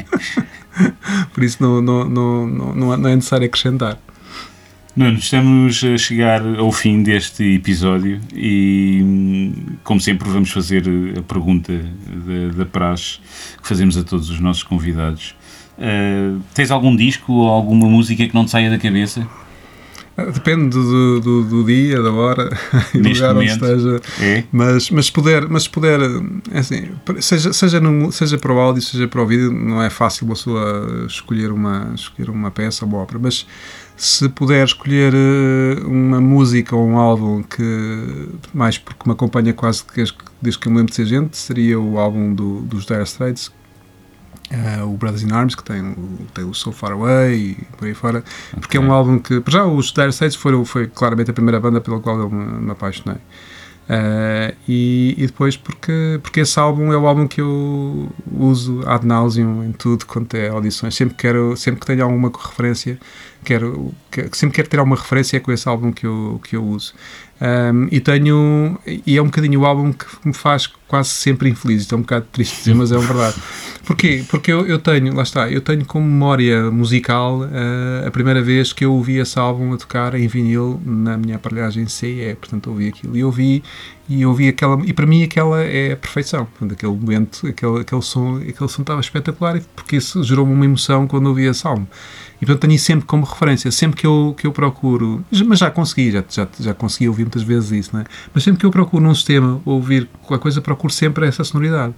Por isso não, não, não, não, não é necessário acrescentar. Nuno, estamos a chegar ao fim deste episódio e, como sempre, vamos fazer a pergunta da, da praxe que fazemos a todos os nossos convidados. Uh, tens algum disco ou alguma música que não te saia da cabeça? Depende do, do, do dia, da hora e do lugar onde esteja. É. Mas, mas se puder, mas se puder assim, seja, seja, no, seja para o áudio, seja para o vídeo, não é fácil uma pessoa escolher uma, escolher uma peça ou uma ópera, mas se puder escolher uma música ou um álbum que, mais porque me acompanha quase desde que eu me lembro de ser gente, seria o álbum do, dos Dire Straits, Uh, o Brothers in Arms, que tem o, tem o So Far Away e por aí fora, okay. Porque é um álbum que, já os Dire Straits foi, foi claramente a primeira banda pela qual eu me, me apaixonei. Uh, e, e depois porque, porque esse álbum é o álbum que eu uso ad nauseam em tudo quanto é audições. Sempre, quero, sempre que tenho alguma referência, quero, sempre quero ter alguma referência é com esse álbum que eu, que eu uso. Um, e tenho e é um bocadinho o álbum que me faz quase sempre infeliz. Isto é um bocado triste dizer, mas é uma verdade. Porquê? Porque eu, eu tenho, lá está, eu tenho como memória musical uh, a primeira vez que eu ouvi esse álbum a tocar em vinil na minha aparelhagem C E, portanto ouvi aquilo e ouvi e ouvi aquela, e para mim aquela é a perfeição, portanto, aquele momento, aquele, aquele som, aquele som estava espetacular, porque isso gerou-me uma emoção quando ouvi esse álbum. E portanto tenho isso sempre como referência, sempre que eu, que eu procuro, mas já consegui, já, já, já consegui ouvir muitas vezes isso, não é? Mas sempre que eu procuro num sistema ouvir qualquer coisa, procuro sempre essa sonoridade.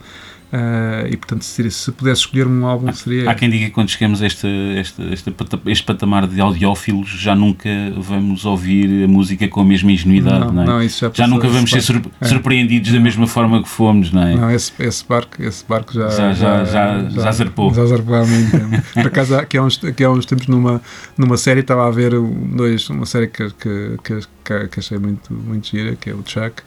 Uh, e portanto se, se pudesse escolher um álbum seria... Há quem diga que quando chegamos a este, este, este, este patamar de audiófilos já nunca vamos ouvir a música com a mesma ingenuidade, não, não é? Não, isso já, já nunca vamos ser surpre- é. surpreendidos da mesma forma que fomos, não é? Não, esse, esse, barco, esse barco já já, já, já, já, já zarpou já zarpou há muito tempo. Por acaso aqui há uns, aqui há uns tempos numa, numa série estava a ver dois, uma série que, que, que, que achei muito, muito gira, que é o Chuck.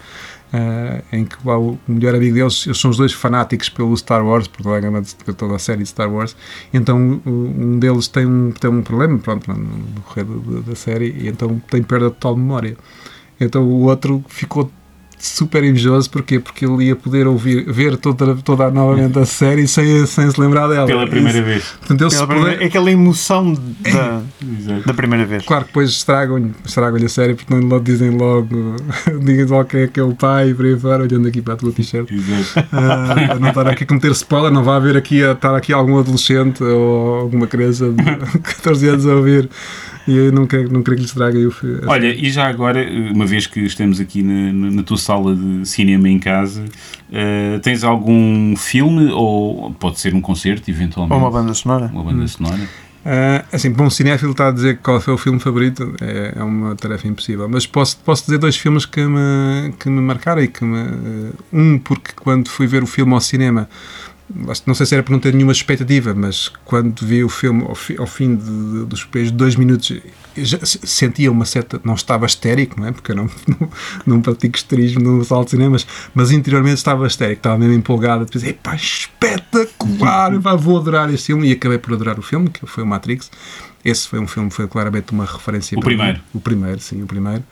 Uh, em que o melhor amigo deles, eles são os dois fanáticos pelo Star Wars, por toda a, gama de, por toda a série de Star Wars, então um deles tem um, tem um problema pronto, no decorrer da série e então tem perda total de memória, então o outro ficou super invejoso. Porquê? Porque ele ia poder ouvir, ver toda, toda novamente a série sem, sem se lembrar dela. Pela primeira Isso. vez. Portanto, Pela primeira, poder... É aquela emoção da, da primeira vez. Claro que depois estragam-lhe, estragam-lhe a série, porque não dizem logo, dizem logo quem é que é o pai e por aí fora, olhando aqui para a tua t-shirt. Exato. Uh, não estar aqui a cometer spoiler, não vai haver aqui, a, estar aqui algum adolescente ou alguma criança de catorze anos a ouvir. E eu não quero, não quero que lhe estrague o filme. Olha, e já agora, uma vez que estamos aqui na, na tua sala de cinema em casa, uh, tens algum filme, ou pode ser um concerto, eventualmente? Ou uma banda sonora. Uma banda hum. sonora. Uh, assim, para um cinéfilo está a dizer qual foi o filme favorito é, é uma tarefa impossível, mas posso, posso dizer dois filmes que me, que me marcaram e que me, uh, um porque quando fui ver o filme ao cinema, não sei se era por não ter nenhuma expectativa, mas quando vi o filme ao, fi, ao fim de, de, dos primeiros dois minutos já sentia uma certa, não estava histérico, não é? Porque eu não, não, não pratico histerismo no sala de cinemas, mas interiormente estava histérico, estava mesmo empolgado, depois, epá, espetacular, pá, vou adorar este filme, e acabei por adorar o filme, que foi o Matrix. Esse foi um filme, foi claramente uma referência. O primeiro. Mim. O primeiro, sim, o primeiro.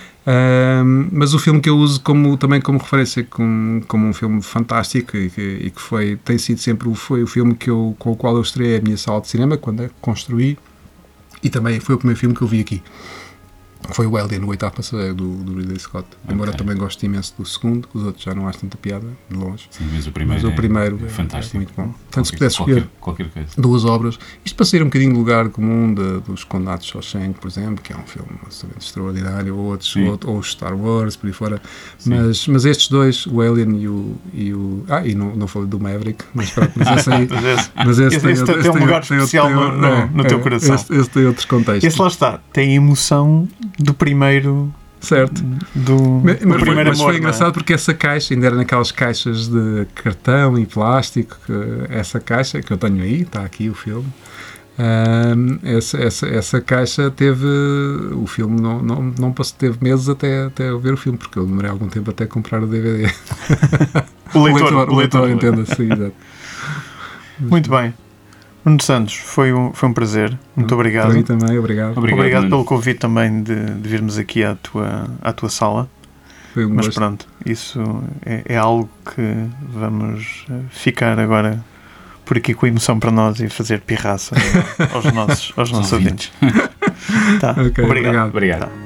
Um, mas o filme que eu uso como, também como referência como, como um filme fantástico e que, e que foi, tem sido sempre foi o filme que eu, com o qual eu estreiei a minha sala de cinema quando a construí, e também foi o primeiro filme que eu vi aqui, foi o Alien, o oitavo passageiro do, do Ridley Scott. Embora okay. eu também goste imenso do segundo, os outros já não acho tanta piada, de longe. Sim, mas o primeiro, mas o primeiro é, é, fantástico. É muito bom. Portanto, qualquer, se pudesse escolher qualquer, qualquer duas obras, isto para sair um bocadinho do lugar comum de, dos Condenados de Shawshank, por exemplo, que é um filme absolutamente extraordinário, ou outros, ou, ou Star Wars, por aí fora. Mas, mas estes dois, o Alien e o. E o ah, e não, não falei do Maverick, mas pronto, mas esse aí. mas esse, esse, tem, esse tem, tem um lugar tem, especial tem, no, no, é, no teu coração. Esse, esse tem outros contextos. Esse lá está, tem a emoção do primeiro. Certo. Do, mas, do mas, primeiro mas amor, foi engraçado é? Porque essa caixa ainda era naquelas caixas de cartão e plástico, que, essa caixa que eu tenho aí, está aqui o filme. Um, essa, essa, essa caixa teve o filme não, não, não passou, teve meses até, até eu ver o filme, porque eu demorei algum tempo até comprar o D V D. O leitor, o leitor, o leitor entenda-se, exato. Muito bem. Nuno Santos, foi um, foi um prazer. Muito obrigado. Para mim também, obrigado. Obrigado, obrigado pelo convite também de, de virmos aqui à tua, à tua sala. Foi um Mas gosto. Pronto, isso é, é algo que vamos ficar agora por aqui com emoção para nós e fazer pirraça aos nossos, aos nossos ouvintes. Tá. Okay, obrigado. obrigado. obrigado. Tá.